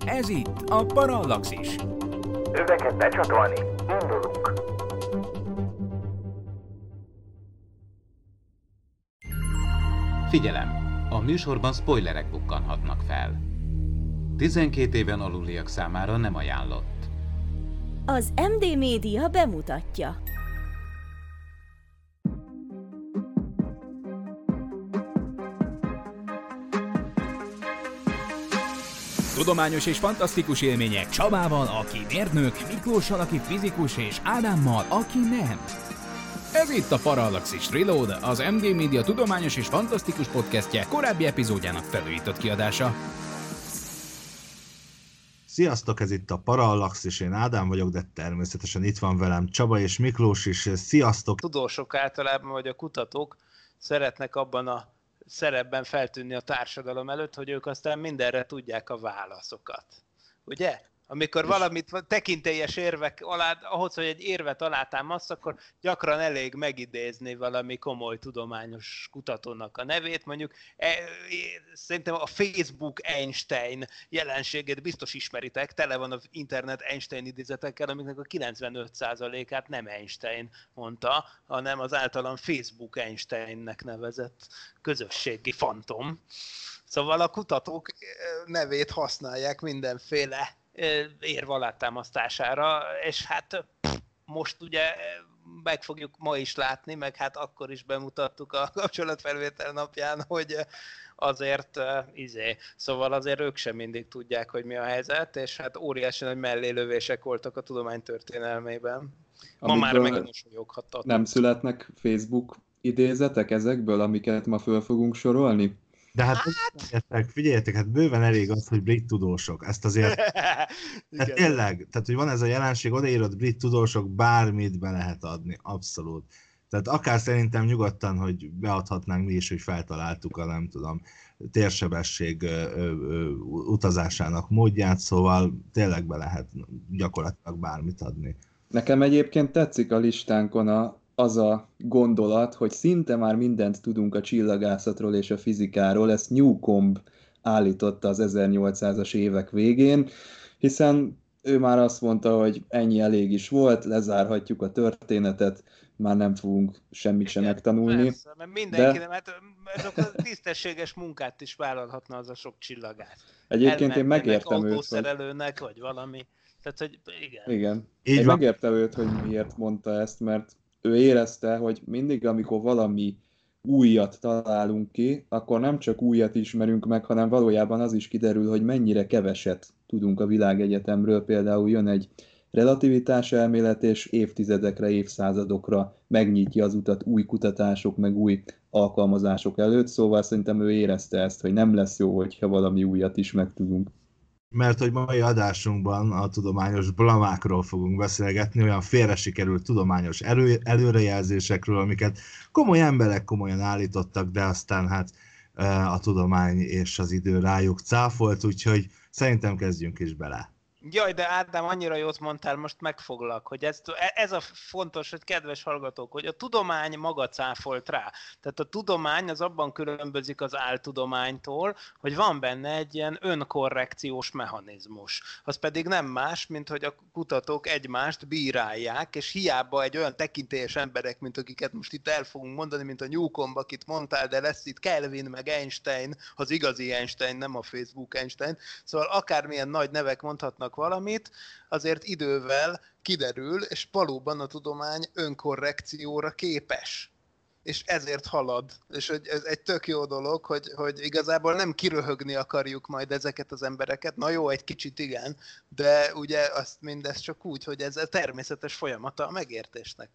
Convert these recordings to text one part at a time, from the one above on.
Ez itt a Parallaxis. Öveket becsatolni, indulunk! Figyelem! A műsorban spoilerek bukkanhatnak fel. 12 éven aluliak számára nem ajánlott. Az MD Média bemutatja. Tudományos és fantasztikus élmények Csabával, aki mérnök, Miklóssal, aki fizikus, és Ádámmal, aki nem. Ez itt a Parallaxis Reload, az MD Media tudományos és fantasztikus podcastje korábbi epizódjának felújított kiadása. Sziasztok, ez itt a Parallaxis, én Ádám vagyok, de természetesen itt van velem Csaba és Miklós is. Sziasztok! Tudósok általában, vagy a kutatók szeretnek abban a szerepben feltűnni a társadalom előtt, hogy ők aztán mindenre tudják a válaszokat. Ugye? Amikor valamit tekintélyes érvek alá, ahhoz, hogy egy érvet alátámaszt, akkor gyakran elég megidézni valami komoly tudományos kutatónak a nevét. Mondjuk szerintem a Facebook Einstein jelenségét biztos ismeritek, tele van az internet Einstein idézetekkel, amiknek a 95%-át nem Einstein mondta, hanem az általam Facebook Einsteinnek nevezett közösségi fantom. Szóval a kutatók nevét használják mindenféle érv alátámasztására, és hát most ugye meg fogjuk ma is látni, meg hát akkor is bemutattuk a kapcsolatfelvétel napján, hogy azért szóval azért ők sem mindig tudják, hogy mi a helyzet, és hát óriási nagy mellélövések voltak a tudomány történelmében. Ma már megmosolyoghattatok. Nem születnek Facebook idézetek ezekből, amiket ma föl fogunk sorolni? De hát figyeljetek, hát bőven elég az, hogy brit tudósok. Ezt azért... tehát tényleg, tehát hogy van ez a jelenség, odaírott brit tudósok, bármit be lehet adni, abszolút. Tehát akár szerintem nyugodtan, hogy beadhatnánk mi is, hogy feltaláltuk a nem tudom, térsebesség utazásának módját, szóval tényleg be lehet gyakorlatilag bármit adni. Nekem egyébként tetszik a listánkon az a gondolat, hogy szinte már mindent tudunk a csillagászatról és a fizikáról, ezt Newcomb állította az 1800-as évek végén, hiszen ő már azt mondta, hogy ennyi elég is volt, lezárhatjuk a történetet, már nem fogunk semmit sem megtanulni. Persze, mert mindenki, mert azok a tisztességes munkát is vállalhatna az a sok csillagász. Egyébként én megértem őt, autószerelőnek, vagy valami. Tehát, hogy igen. Én megértem őt, hogy miért mondta ezt, mert ő érezte, hogy mindig, amikor valami újat találunk ki, akkor nem csak újat ismerünk meg, hanem valójában az is kiderül, hogy mennyire keveset tudunk a világegyetemről. Például jön egy relativitás elmélet, és évtizedekre, évszázadokra megnyitja az utat új kutatások, meg új alkalmazások előtt. Szóval szerintem ő érezte ezt, hogy nem lesz jó, hogyha valami újat is megtudunk. Mert hogy mai adásunkban a tudományos blamákról fogunk beszélgetni, olyan félre sikerült tudományos előrejelzésekről, amiket komoly emberek komolyan állítottak, de aztán hát a tudomány és az idő rájuk cáfolt, úgyhogy szerintem kezdjünk is bele. Jaj, de Ádám, annyira jót mondtál, most megfoglak, hogy ez a fontos, hogy kedves hallgatók, hogy a tudomány maga cáfolt rá. Tehát a tudomány az abban különbözik az áltudománytól, hogy van benne egy ilyen önkorrekciós mechanizmus. Az pedig nem más, mint hogy a kutatók egymást bírálják, és hiába egy olyan tekintélyes emberek, mint akiket most itt el fogunk mondani, mint a Newcomb, akit mondtál, de lesz itt Kelvin, meg Einstein, az igazi Einstein, nem a Facebook Einstein. Szóval akármilyen nagy nevek mondhatnak valamit, azért idővel kiderül, és valóban a tudomány önkorrekcióra képes. És ezért halad. És ez egy tök jó dolog, hogy igazából nem kiröhögni akarjuk majd ezeket az embereket. Na jó, egy kicsit igen, de ugye azt mindez csak úgy, hogy ez a természetes folyamata a megértésnek.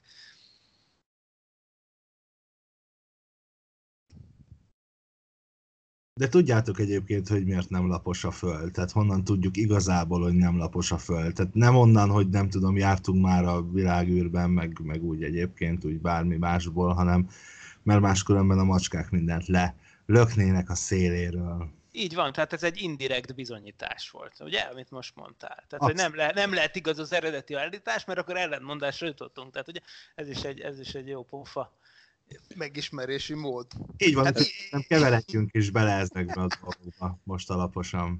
De tudjátok egyébként, hogy miért nem lapos a Föld? Tehát honnan tudjuk igazából, hogy nem lapos a Föld? Tehát nem onnan, hogy nem tudom, jártunk már a világűrben, meg úgy egyébként, úgy bármi másból, hanem mert máskülönben a macskák mindent löknének a széléről. Így van, tehát ez egy indirekt bizonyítás volt, ugye, amit most mondtál. Tehát hogy nem lehet igaz az eredeti állítás, mert akkor ellentmondásra jutottunk. Tehát ugye ez is egy jó pofa megismerési mód. Így van, hát, nem keveredjünk is bele ezekbe a dolgokba most alaposan.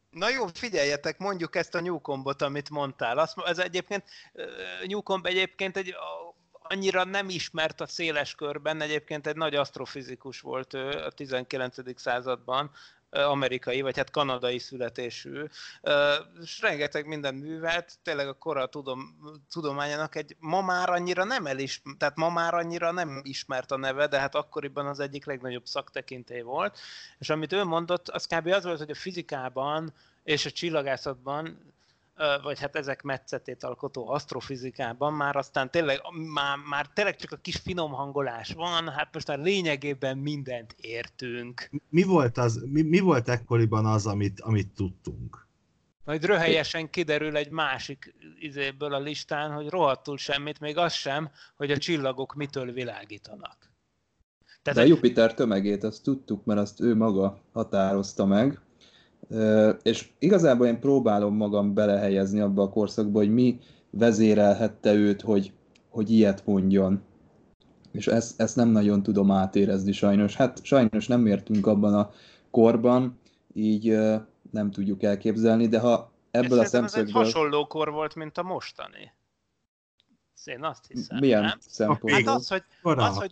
Na jó, figyeljetek, mondjuk ezt a Newcombot, amit mondtál. Ez egyébként, Newcomb egyébként annyira nem ismert a széles körben, egyébként egy nagy asztrofizikus volt a 19. században, amerikai, vagy hát kanadai születésű, és rengeteg minden művelt, tényleg a kora tudományának ma már annyira nem ismert a neve, de hát akkoriban az egyik legnagyobb szaktekintély volt, és amit ő mondott, az kb. Az volt, hogy a fizikában és a csillagászatban, vagy hát ezek metszetét alkotó asztrofizikában már aztán tényleg, már tényleg csak a kis finom hangolás van, hát most már lényegében mindent értünk. Mi volt ekkoriban az, amit tudtunk? Majd röhelyesen kiderül egy másik izéből a listán, hogy rohadtul semmit, még az sem, hogy a csillagok mitől világítanak. De Jupiter tömegét azt tudtuk, mert azt ő maga határozta meg. És igazából én próbálom magam belehelyezni abba a korszakba, hogy mi vezérelhette őt, hogy ilyet mondjon. És ezt nem nagyon tudom átérezni sajnos. Hát sajnos nem értünk abban a korban, így nem tudjuk elképzelni, de ha ebből a szemszögből... Ez egy hasonló kor volt, mint a mostani. Én azt hiszem. Milyen nem? szempontból? Hát az, hogy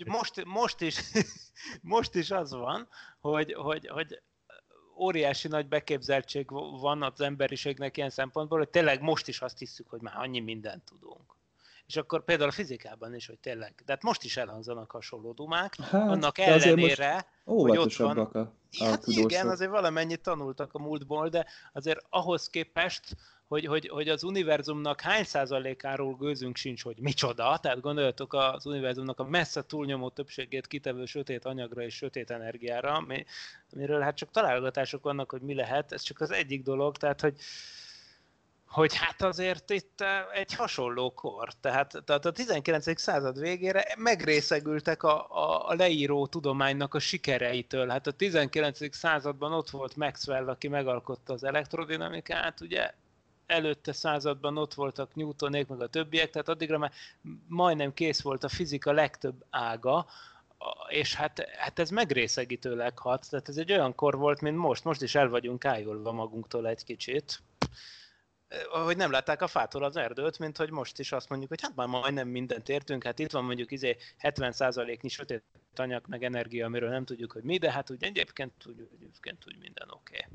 most is az van, hogy óriási nagy beképzeltség van az emberiségnek ilyen szempontból, hogy tényleg most is azt hiszük, hogy már annyi mindent tudunk. És akkor például a fizikában is, hogy tényleg, de hát most is elhangzanak hasonló dumák, hát, annak ellenére, hogy ott van. A hát igen, azért valamennyit tanultak a múltból, de azért ahhoz képest, hogy az univerzumnak hány százalékáról gőzünk sincs, hogy micsoda, tehát gondoljatok az univerzumnak a messze túlnyomó többségét kitevő sötét anyagra és sötét energiára, amiről hát csak találgatások vannak, hogy mi lehet, ez csak az egyik dolog, tehát hogy hát azért itt egy hasonló kor, tehát a 19. század végére megrészegültek a leíró tudománynak a sikereitől. Hát a 19. században ott volt Maxwell, aki megalkotta az elektrodinamikát, ugye, előtte században ott voltak Newtonék, meg a többiek, tehát addigra már majdnem kész volt a fizika legtöbb ága, és hát ez megrészegítőleg hat, tehát ez egy olyan kor volt, mint most is el vagyunk ájulva magunktól egy kicsit, hogy nem látták a fától az erdőt, mint hogy most is azt mondjuk, hogy hát már majdnem mindent értünk, hát itt van mondjuk 70%-nyi sötét anyag meg energia, amiről nem tudjuk, hogy mi, de hát úgy egyébként úgy minden oké.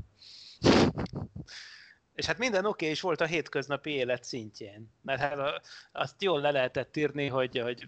És hát minden oké is volt a hétköznapi élet szintjén, mert hát azt jól le lehetett írni, hogy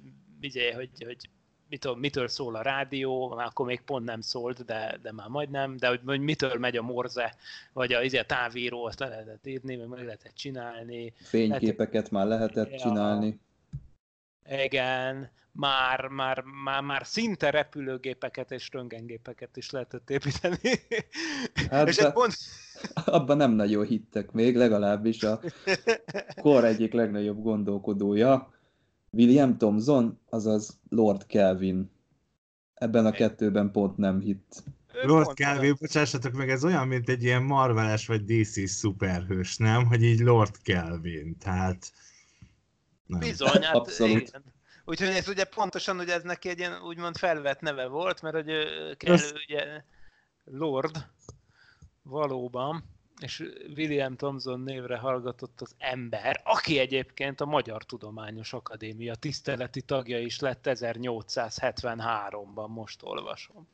mitől szól a rádió, már akkor még pont nem szólt, de már majdnem, de hogy mitől megy a morze, vagy a távíró, azt le lehetett írni, meg lehetett csinálni. Fényképeket már lehetett csinálni. Igen, már szinte repülőgépeket és röntgengépeket is lehetett építeni. Hát és abban nem nagyon hittek még, legalábbis a kor egyik legnagyobb gondolkodója, William Thomson, azaz Lord Kelvin. Ebben a kettőben pont nem hitt. Lord Kelvin, bocsássatok meg, ez olyan, mint egy ilyen Marvel-es vagy DC szuperhős, nem? Hogy így Lord Kelvin, tehát... Nem. Bizony, hát abszolút. Igen. Úgyhogy ez ugye pontosan, hogy ez neki egy ilyen úgymond felvett neve volt, mert hogy Kelvin ugye Lord valóban, és William Thomson névre hallgatott az ember, aki egyébként a Magyar Tudományos Akadémia tiszteleti tagja is lett 1873-ban, most olvasom.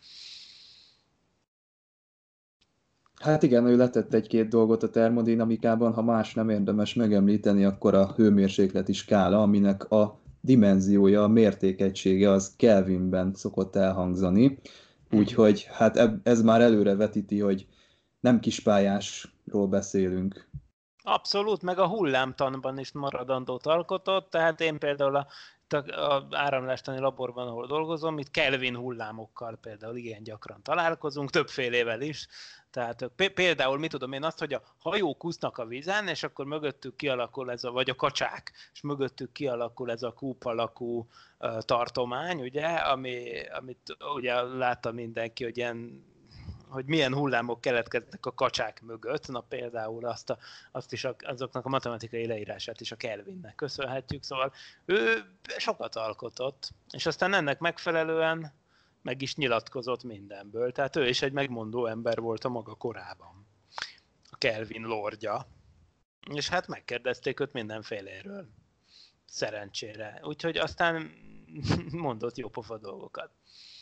Hát igen, ő letett egy-két dolgot a termodinamikában, ha más nem érdemes megemlíteni, akkor a hőmérsékleti skála, aminek a dimenziója, a mértékegysége az Kelvinben szokott elhangzani. Úgyhogy hát ez már előre vetíti, hogy nem kispályásról beszélünk. Abszolút, meg a hullámtanban is maradandót alkotott, tehát én például a áramlástani laborban, ahol dolgozom, itt Kelvin hullámokkal például igen gyakran találkozunk, többfélével is. Tehát például, mit tudom én azt, hogy a hajók úsznak a vízen, és akkor mögöttük kialakul vagy a kacsák, és mögöttük kialakul ez a kúp alakú tartomány, ugye, amit ugye látta mindenki, hogy milyen hullámok keletkeznek a kacsák mögött, na például azt is azoknak a matematikai leírását is a Kelvinnek köszönhetjük, szóval ő sokat alkotott, és aztán ennek megfelelően meg is nyilatkozott mindenből, tehát ő is egy megmondó ember volt a maga korában. Kelvin lordja. És hát megkérdezték őt mindenféléről. Szerencsére. Úgyhogy aztán mondott jópofa dolgokat.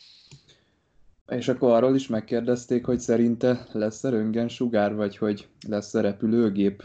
És akkor arról is megkérdezték, hogy szerinte lesz-e röntgensugár, vagy hogy lesz-e repülőgép?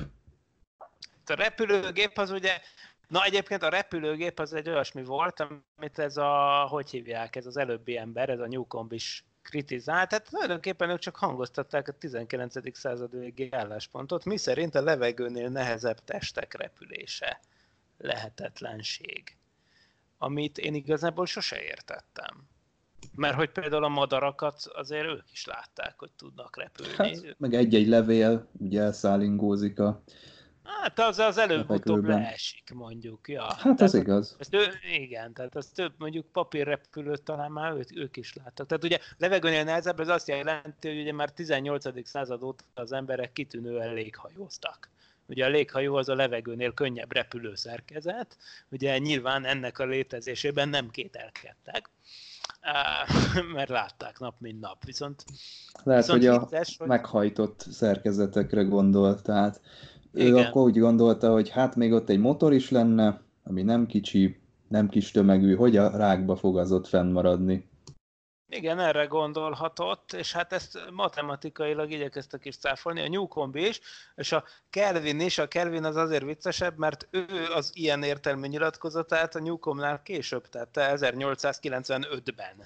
A repülőgép az ugye, na egyébként a repülőgép az egy olyasmi volt, amit ez hogy hívják, ez az előbbi ember, ez a Newcomb is kritizált, tehát tulajdonképpen ők csak hangoztatták a 19. század végi álláspontot, miszerint a levegőnél nehezebb testek repülése lehetetlenség, amit én igazából sose értettem. Mert hogy például a madarakat azért ők is látták, hogy tudnak repülni. Hát, meg egy-egy levél, ugye elszállingózik a Hát az előbb-utóbb leesik, mondjuk. Ja. Hát ez igaz. Igen, tehát azt több mondjuk papírrepülőt talán már ők is láttak. Tehát ugye levegőnél nehezebb, ez azt jelenti, hogy ugye már 18. század óta az emberek kitűnően léghajóztak. Ugye a léghajó az a levegőnél könnyebb repülőszerkezet, ugye nyilván ennek a létezésében nem kételkedtek, mert látták nap mint nap. Viszont hogy a meghajtott szerkezetekre gondolt, tehát ő igen. Akkor úgy gondolta, hogy hát még ott egy motor is lenne, ami nem kicsi, nem kis tömegű, hogy a rákba fog az ott fennmaradni. Igen, erre gondolhatott, és hát ezt matematikailag igyekeztek is cáfolni, a Newcomb is, és a Kelvin is. A Kelvin az azért viccesebb, mert ő az ilyen értelmű nyilatkozatát a Newcombnál később tette, 1895-ben.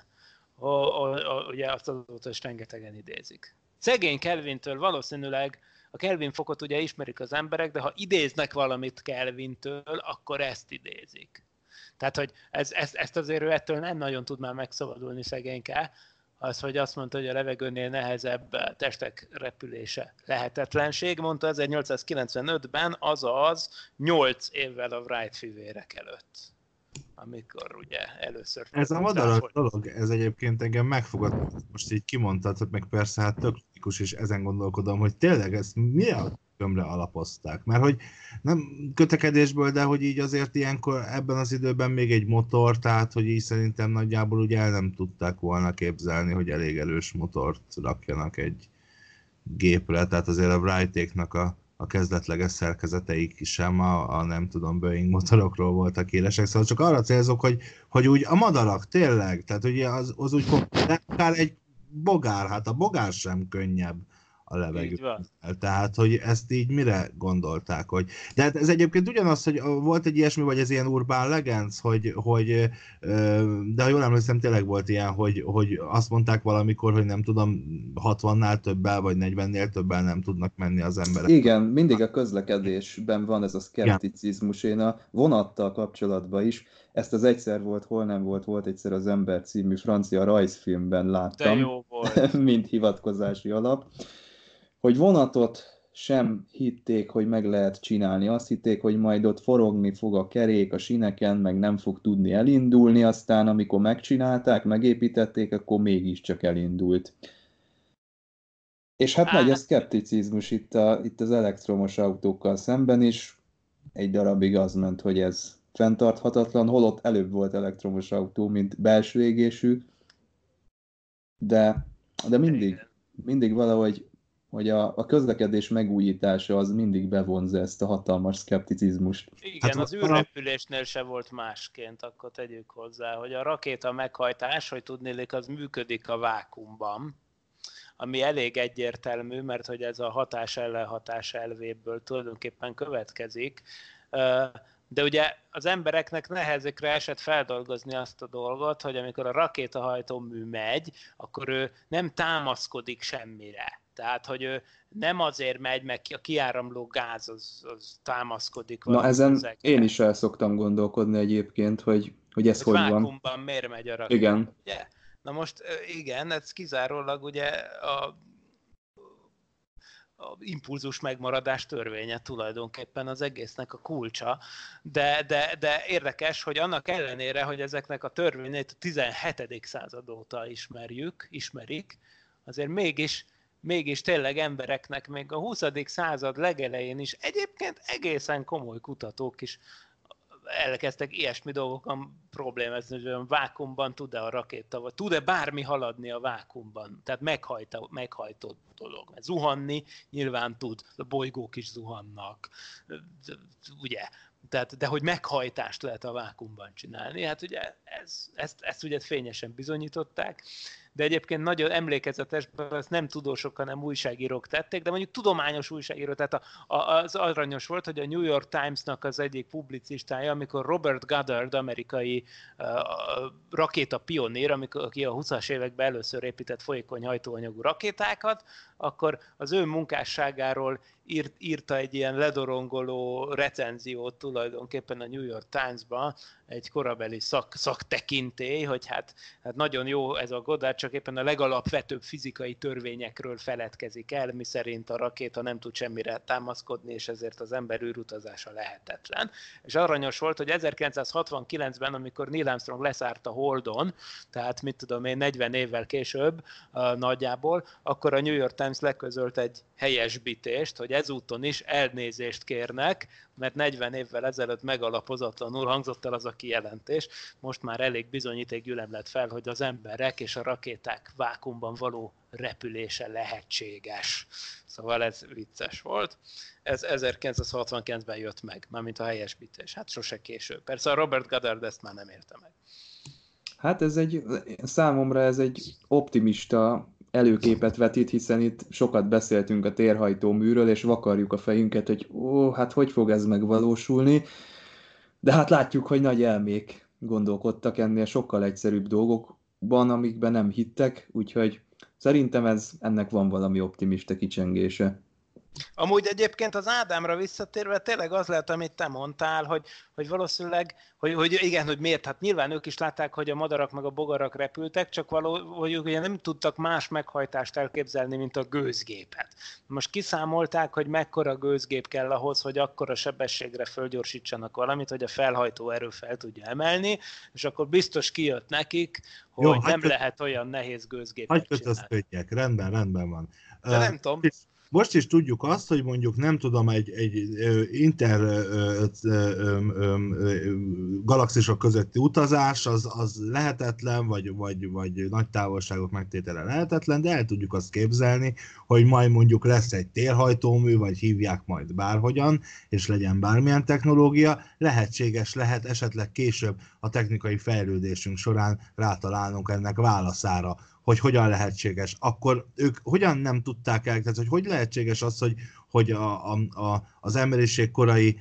Ugye azt azóta is rengetegen idézik. Szegény Kelvintől valószínűleg a Kelvin fokot ugye ismerik az emberek, de ha idéznek valamit Kelvintől, akkor ezt idézik. Tehát, hogy ezt azért ő ettől nem nagyon tud már megszabadulni szegényke, az, hogy azt mondta, hogy a levegőnél nehezebb testek repülése lehetetlenség, mondta 1895-ben, azaz 8 évvel a Wright fivérek előtt, amikor ugye először... Ez a madaras dolog, ez egyébként engem megfogott, most így kimondtad, meg persze hát tök logikus, és ezen gondolkodom, hogy tényleg ezt mi a tömre alapozták? Mert hogy nem kötekedésből, de hogy így azért ilyenkor ebben az időben még egy motor, tehát hogy így szerintem nagyjából ugye el nem tudták volna képzelni, hogy elég erős motort rakjanak egy gépre, tehát azért a Wrightéknak a kezdetleges szerkezeteik sem a nem tudom, Boeing motorokról voltak élesek, szóval csak arra célzok, hogy úgy a madarak tényleg, tehát ugye az úgy akár egy bogár, hát a bogár sem könnyebb a levegőben. Tehát, hogy ezt így mire gondolták, hogy... De hát ez egyébként ugyanaz, hogy volt egy ilyesmi, vagy ez ilyen urban legends, hogy de ha jól emlékszem, tényleg volt ilyen, hogy azt mondták valamikor, hogy nem tudom, 60-nál többel, vagy 40-nél többel nem tudnak menni az emberek. Igen, mindig a közlekedésben van ez a szkepticizmus. Én a vonattal kapcsolatban is, ezt az Egyszer volt, hol nem volt egyszer az Ember című francia rajzfilmben láttam. De jó volt. Mint hivatkozási alap. Hogy vonatot sem hitték, hogy meg lehet csinálni. Azt hitték, hogy majd ott forogni fog a kerék a sineken, meg nem fog tudni elindulni, aztán amikor megcsinálták, megépítették, akkor mégiscsak elindult. És hát nagy a szkepticizmus itt az elektromos autókkal szemben is. Egy darabig az ment, hogy ez fenntarthatatlan, holott előbb volt elektromos autó, mint belső égésű. De mindig valahogy hogy a közlekedés megújítása az mindig bevonza ezt a hatalmas szkepticizmust. Igen, hát az űrrepülésnél se volt másként, akkor tegyük hozzá, hogy a rakéta meghajtás, hogy tudnélik, az működik a vákuumban, ami elég egyértelmű, mert hogy ez a hatás-ellenhatás elvéből tulajdonképpen következik. De ugye az embereknek nehezekre esett feldolgozni azt a dolgot, hogy amikor a rakétahajtómű megy, akkor ő nem támaszkodik semmire. Tehát, hogy ő nem azért megy, meg a kiáramló gáz az támaszkodik. Na ezen ezekre. Én is el szoktam gondolkodni egyébként, hogy ez hogy van. Vákuumban miért megy a rakéta? Igen. Ugye? Na most igen, ez kizárólag ugye a impulzus megmaradás törvénye tulajdonképpen az egésznek a kulcsa, de érdekes, hogy annak ellenére, hogy ezeknek a törvényeit a 17. század óta ismerik, azért mégis tényleg embereknek még a 20. század legelején is egyébként egészen komoly kutatók is elkezdtek ilyesmi dolgokon problémázni, hogy vákuumban tud-e a rakéta, vagy tud-e bármi haladni a vákuumban, tehát meghajtó dolog. Mert zuhanni nyilván tud, a bolygók is zuhannak, ugye? Tehát, de hogy meghajtást lehet a vákuumban csinálni, hát ugye ezt ugye fényesen bizonyították, de egyébként nagyon emlékezetes, ezt nem tudósok, hanem újságírók tették, de mondjuk tudományos újságírók, tehát az aranyos volt, hogy a New York Times-nak az egyik publicistája, amikor Robert Goddard, amerikai rakéta pionér, aki a 20-as években először épített folyékony hajtóanyagú rakétákat, akkor az ő munkásságáról írta egy ilyen ledorongoló recenziót tulajdonképpen a New York Times-ban, egy korabeli szaktekintély, hogy hát nagyon jó ez a Goddard, csak éppen a legalapvetőbb fizikai törvényekről feledkezik el, miszerint a rakéta nem tud semmire támaszkodni, és ezért az ember űrutazása lehetetlen. És aranyos volt, hogy 1969-ben, amikor Neil Armstrong leszállt a Holdon, tehát mit tudom én, 40 évvel később nagyjából, akkor a New York Times leközölt egy helyesbítést, hogy ezúton is elnézést kérnek, mert 40 évvel ezelőtt megalapozatlanul hangzott el az a kijelentés. Most már elég bizonyíték gyülemlett fel, hogy az emberek és a rakéták vákuumban való repülése lehetséges. Szóval ez vicces volt. Ez 1969-ben jött meg, mármint a helyesbítés. Hát sose később. Persze a Robert Goddard ezt már nem érte meg. Hát számomra ez egy optimista előképet vetít, hiszen itt sokat beszéltünk a térhajtóműről, és vakarjuk a fejünket, hogy hát hogy fog ez megvalósulni. De hát látjuk, hogy nagy elmék gondolkodtak ennél sokkal egyszerűbb dolgokban, amikben nem hittek, úgyhogy szerintem ennek van valami optimista kicsengése. Amúgy egyébként az Ádámra visszatérve tényleg az lehet, amit te mondtál, hogy valószínűleg, hogy igen, hogy miért, hát nyilván ők is látták, hogy a madarak meg a bogarak repültek, csak hogy ugye nem tudtak más meghajtást elképzelni, mint a gőzgépet. Most kiszámolták, hogy mekkora gőzgép kell ahhoz, hogy akkora sebességre fölgyorsítsanak valamit, hogy a felhajtó erő fel tudja emelni, és akkor biztos kijött nekik, hogy jó, nem lehet olyan nehéz gőzgépet csinálni. Hagyj kötözködjek, rendben van. De nem tudom. Most is tudjuk azt, hogy mondjuk nem tudom, egy galaxisok közötti utazás az lehetetlen, vagy nagy távolságok megtétele lehetetlen, de el tudjuk azt képzelni, hogy majd mondjuk lesz egy térhajtómű, vagy hívják majd bárhogyan, és legyen bármilyen technológia, lehetséges lehet esetleg később a technikai fejlődésünk során rátalálnunk ennek válaszára, hogy hogyan lehetséges. Akkor ők hogyan nem tudták el, tehát hogy lehetséges az, hogy az emberiség korai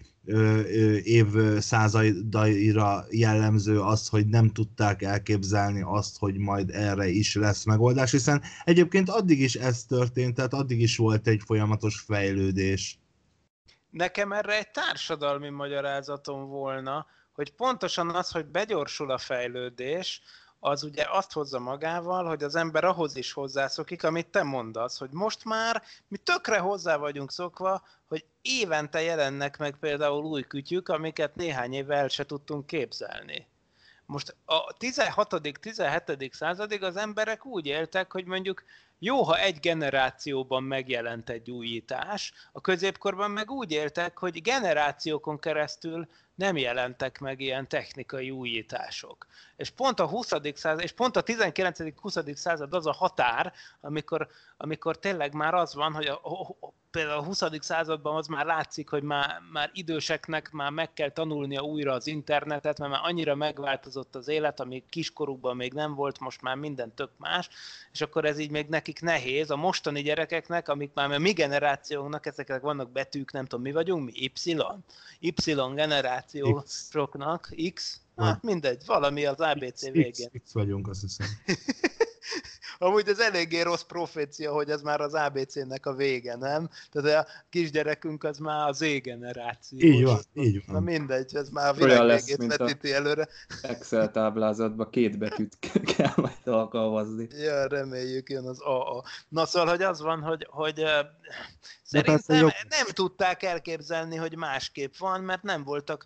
évszázadaira jellemző az, hogy nem tudták elképzelni azt, hogy majd erre is lesz megoldás, hiszen egyébként addig is ez történt, tehát addig is volt egy folyamatos fejlődés. Nekem erre egy társadalmi magyarázatom volna, hogy pontosan az, hogy begyorsul a fejlődés, az ugye azt hozza magával, hogy az ember ahhoz is hozzászokik, amit te mondasz, hogy most már mi tökre hozzá vagyunk szokva, hogy évente jelennek meg például új kütyük, amiket néhány évvel el se tudtunk képzelni. Most a 16.-17. századig az emberek úgy éltek, hogy mondjuk jó, ha egy generációban megjelent egy újítás, a középkorban meg úgy éltek, hogy generációkon keresztül nem jelentek meg ilyen technikai újítások. És pont a 20. század, és pont a 19.-20. század az a határ, amikor tényleg már az van, hogy például a 20. században az már látszik, hogy már időseknek már meg kell tanulnia újra az internetet, mert már annyira megváltozott az élet, ami kiskorukban még nem volt, most már minden tök más, és akkor ez így még nekik nehéz. A mostani gyerekeknek, amik már a mi generációnknak, ezeknek vannak betűk, nem tudom mi vagyunk, mi Y generációsoknak, X, hát mindegy, valami az ABC végén. X vagyunk, azt hiszem. Amúgy ez eléggé rossz profécia, hogy ez már az ABC-nek a vége, nem? Tehát a kisgyerekünk az már a Z generáció. Így van. Na mindegy, ez már a világ végét vetíti előre. Excel táblázatban 2 betűt kell majd alkalmazni. Ja, reméljük, jön az AA. Na szóval, hogy az van, hogy szerintem nem tudták elképzelni, hogy másképp van, mert nem voltak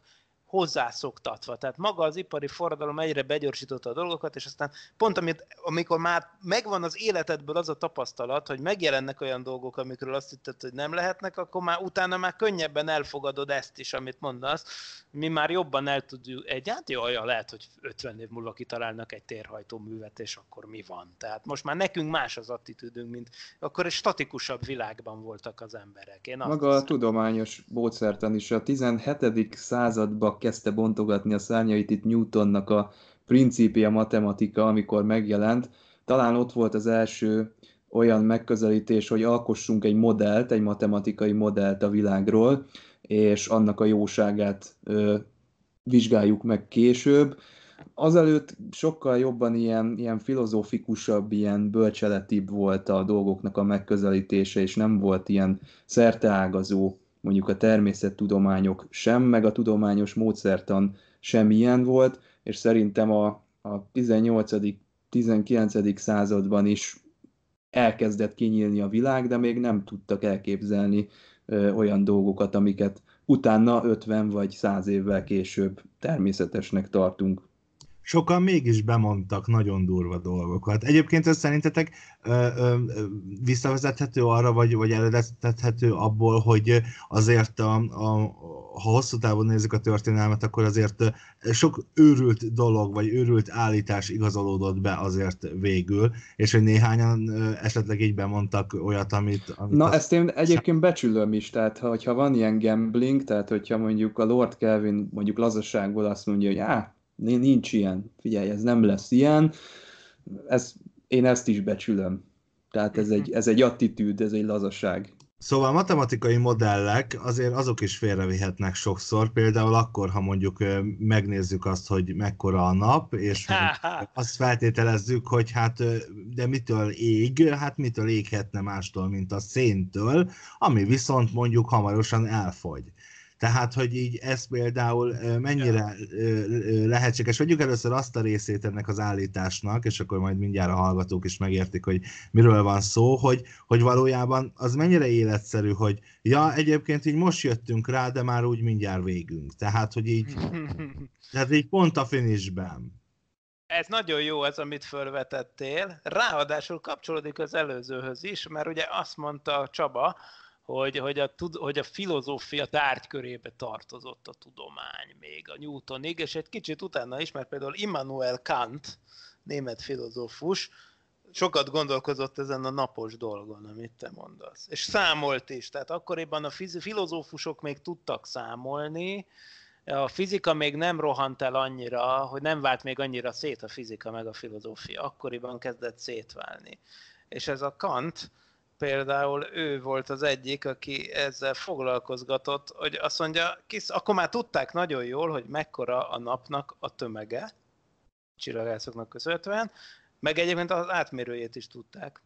hozzászoktatva. Tehát maga az ipari forradalom egyre begyorsította a dolgokat, és aztán pont amikor már megvan az életedből az a tapasztalat, hogy megjelennek olyan dolgok, amikről azt hitted, hogy nem lehetnek, akkor már utána már könnyebben elfogadod ezt is, amit mondasz. Mi már jobban el tudjuk, lehet, hogy 50 év múlva kitalálnak egy térhajtóművet, és akkor mi van. Tehát most már nekünk más az attitűdünk, mint akkor egy statikusabb világban voltak az emberek. Maga a tudományos módszertan is a 17. században kezdte bontogatni a szárnyait itt Newtonnak a Principia Mathematica, amikor megjelent. Talán ott volt az első olyan megközelítés, hogy alkossunk egy modellt, egy matematikai modellt a világról, és annak a jóságát vizsgáljuk meg később. Azelőtt sokkal jobban ilyen filozófikusabb, ilyen bölcseletibb volt a dolgoknak a megközelítése, és nem volt ilyen szerteágazó, mondjuk a természettudományok sem, meg a tudományos módszertan sem ilyen volt, és szerintem a 18.-19. században is elkezdett kinyílni a világ, de még nem tudtak elképzelni olyan dolgokat, amiket utána 50 vagy 100 évvel később természetesnek tartunk. Sokan mégis bemondtak nagyon durva dolgokat. Egyébként ez szerintetek visszavezethető arra, vagy eredeztethető abból, hogy azért, ha hosszú távon nézzük a történelmet, akkor azért sok őrült dolog, vagy őrült állítás igazolódott be azért végül, és hogy néhányan esetleg így bemondtak olyat, amit Na, ezt én egyébként becsülöm is, tehát ha van ilyen gambling, tehát hogyha mondjuk a Lord Kelvin mondjuk lazaságból azt mondja, hogy nincs ilyen, figyelj, ez nem lesz ilyen, én ezt is becsülöm. Tehát ez egy attitűd, ez egy lazaság. Szóval matematikai modellek azért azok is félrevihetnek sokszor, például akkor, ha mondjuk megnézzük azt, hogy mekkora a nap, és azt feltételezzük, hogy de mitől ég? Hát mitől éghetne mástól, mint a széntől, ami viszont mondjuk hamarosan elfogy. Tehát, hogy így ez például mennyire lehetséges. Vegyük először azt a részét ennek az állításnak, és akkor majd mindjárt a hallgatók is megértik, hogy miről van szó, hogy valójában az mennyire életszerű, hogy egyébként így most jöttünk rá, de már úgy mindjárt végünk. Tehát, hogy így pont a finishben. Ez nagyon jó ez, amit felvetettél. Ráadásul kapcsolódik az előzőhöz is, mert ugye azt mondta Csaba, hogy a filozófia tárgykörébe tartozott a tudomány még a Newtonig, és egy kicsit utána is, mert például Immanuel Kant, német filozófus, sokat gondolkozott ezen a napos dolgon, amit te mondasz. És számolt is, tehát akkoriban a filozófusok még tudtak számolni, a fizika még nem rohant el annyira, hogy nem vált még annyira szét a fizika meg a filozófia. Akkoriban kezdett szétválni. És ez a Kant, például ő volt az egyik, aki ezzel foglalkozgatott, hogy azt mondja, akkor már tudták nagyon jól, hogy mekkora a napnak a tömege, csillagászoknak köszönhetően, meg egyébként az átmérőjét is tudták.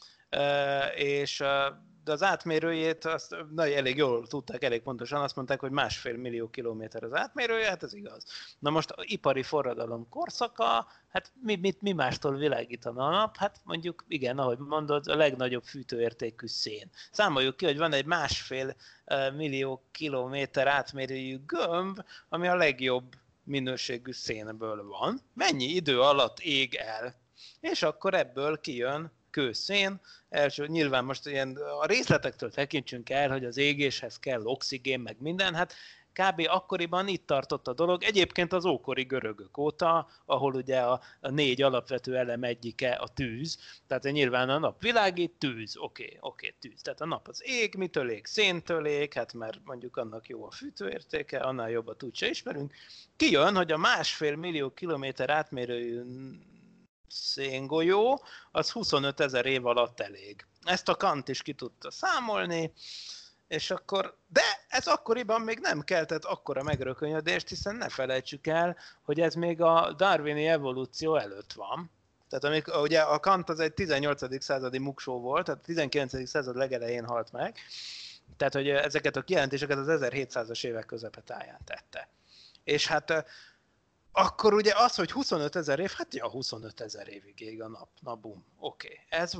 De az átmérőjét azt elég jól tudták, elég pontosan, azt mondták, hogy 1,5 millió kilométer az átmérője, hát ez igaz. Na most a ipari forradalom korszaka, hát mi mástól világítana a nap? Hát mondjuk, igen, ahogy mondod, a legnagyobb fűtőértékű szén. Számoljuk ki, hogy van egy 1,5 millió kilométer átmérőjű gömb, ami a legjobb minőségű szénből van. Mennyi idő alatt ég el? És akkor ebből kijön kőszén. Nyilván most ilyen a részletektől tekintsünk el, hogy az égéshez kell oxigén, meg minden, hát kb. Akkoriban itt tartott a dolog. Egyébként az ókori görögök óta, ahol ugye a 4 alapvető elem egyike a tűz, tehát nyilván a nap világít, tűz, oké, tűz. Tehát a nap az ég, mitől ég? Széntől ég, hát mert mondjuk annak jó a fűtőértéke, annál jobbat úgyse ismerünk. Kijön, hogy a 1,5 millió kilométer átmérőjű széngolyó, az 25 000 év alatt elég. Ezt a Kant is ki tudta számolni, és akkor, de ez akkoriban még nem keltett akkora megrökönyödést, hiszen ne felejtsük el, hogy ez még a darwini evolúció előtt van. Tehát amikor, ugye a Kant az egy 18. századi muksó volt, tehát a 19. század legelején halt meg, tehát hogy ezeket a kijelentéseket az 1700-as évek közepetáján tette. És hát akkor ugye az, hogy 25 000 év, hát 25 000 évig ég a nap. Na bum, oké, ez van.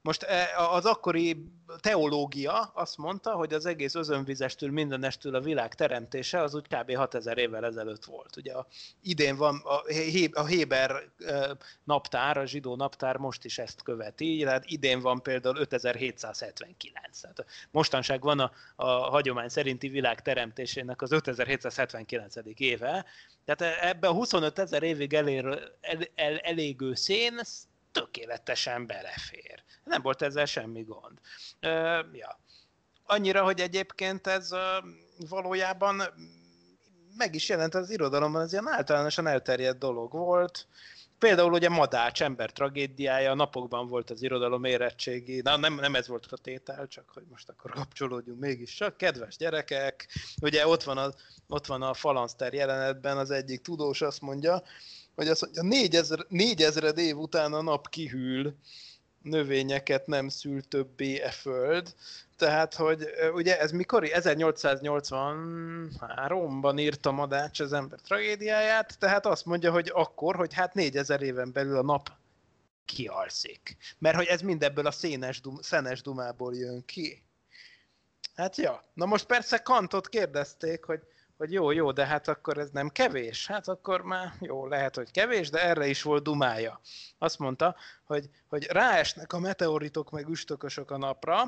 Most az akkori teológia azt mondta, hogy az egész özönvizestől, mindenestől a világ teremtése az úgy kb. 6000 évvel ezelőtt volt. Ugye idén van a Héber naptár, a zsidó naptár most is ezt követi, tehát idén van például 5779. Tehát mostanság van a hagyomány szerinti világ teremtésének az 5779. éve, tehát ebbe a 25 000 évig elégő szén tökéletesen belefér. Nem volt ezzel semmi gond. Ja. Annyira, hogy egyébként ez valójában meg is jelent az irodalomban, ez ilyen általánosan elterjedt dolog volt. Például ugye Madács ember tragédiája, a napokban volt az irodalom érettségi, nem ez volt a tétel, csak hogy most akkor kapcsolódjunk mégis csak. Kedves gyerekek, ugye ott van a Falanszter jelenetben az egyik tudós azt mondja, hogy 4000 év után a nap kihűl, növényeket nem szül többé e föld. Tehát, hogy ugye ez mikor? 1883-ban írta Madács az ember tragédiáját, tehát azt mondja, hogy akkor, hogy hát 4000 éven belül a nap kialszik. Mert hogy ez mindebből a szenes dumából jön ki. Hát ja. Na most persze Kantot kérdezték, hogy jó, de hát akkor ez nem kevés? Hát akkor már jó, lehet, hogy kevés, de erre is volt dumája. Azt mondta, hogy ráesnek a meteoritok meg üstökösök a napra,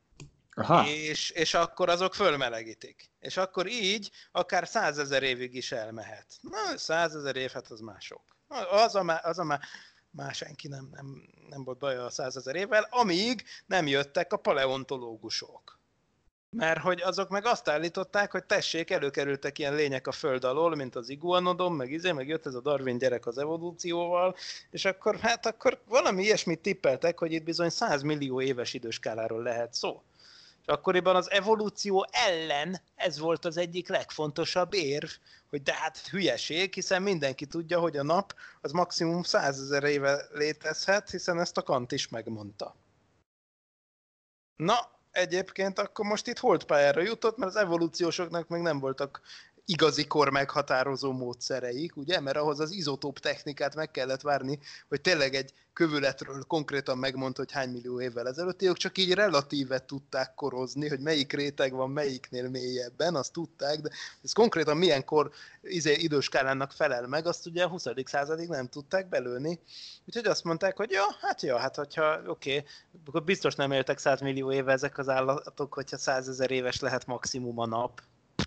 és akkor azok fölmelegítik. És akkor így akár 100 000 évig is elmehet. Na, 100 000 év, hát az már sok. Már senki nem volt baj a 100 000 évvel, amíg nem jöttek a paleontológusok. Mert hogy azok meg azt állították, hogy tessék, előkerültek ilyen lények a föld alól, mint az iguanodon, meg jött ez a Darwin gyerek az evolúcióval, és akkor valami ilyesmit tippeltek, hogy itt bizony 100 millió éves időskáláról lehet szó. És akkoriban az evolúció ellen ez volt az egyik legfontosabb érv, hogy de hát hülyeség, hiszen mindenki tudja, hogy a nap az maximum 100 000 éve létezhet, hiszen ezt a Kant is megmondta. Na, egyébként akkor most itt holdpályára jutott, mert az evolúciósoknak meg nem voltak igazi kor meghatározó módszereik, ugye? Mert ahhoz az izotóp technikát meg kellett várni, hogy tényleg egy kövületről konkrétan megmondta, hogy hány millió évvel ezelőtt, ők csak így relatíve tudták korozni, hogy melyik réteg van melyiknél mélyebben, azt tudták, de ez konkrétan milyen kor időskálának felel meg, azt ugye a 20. századig nem tudták belőni. Úgyhogy azt mondták, hogy hát hogyha oké, akkor biztos nem éltek 100 millió éve ezek az állatok, hogyha 100 000 éves lehet maximum a nap.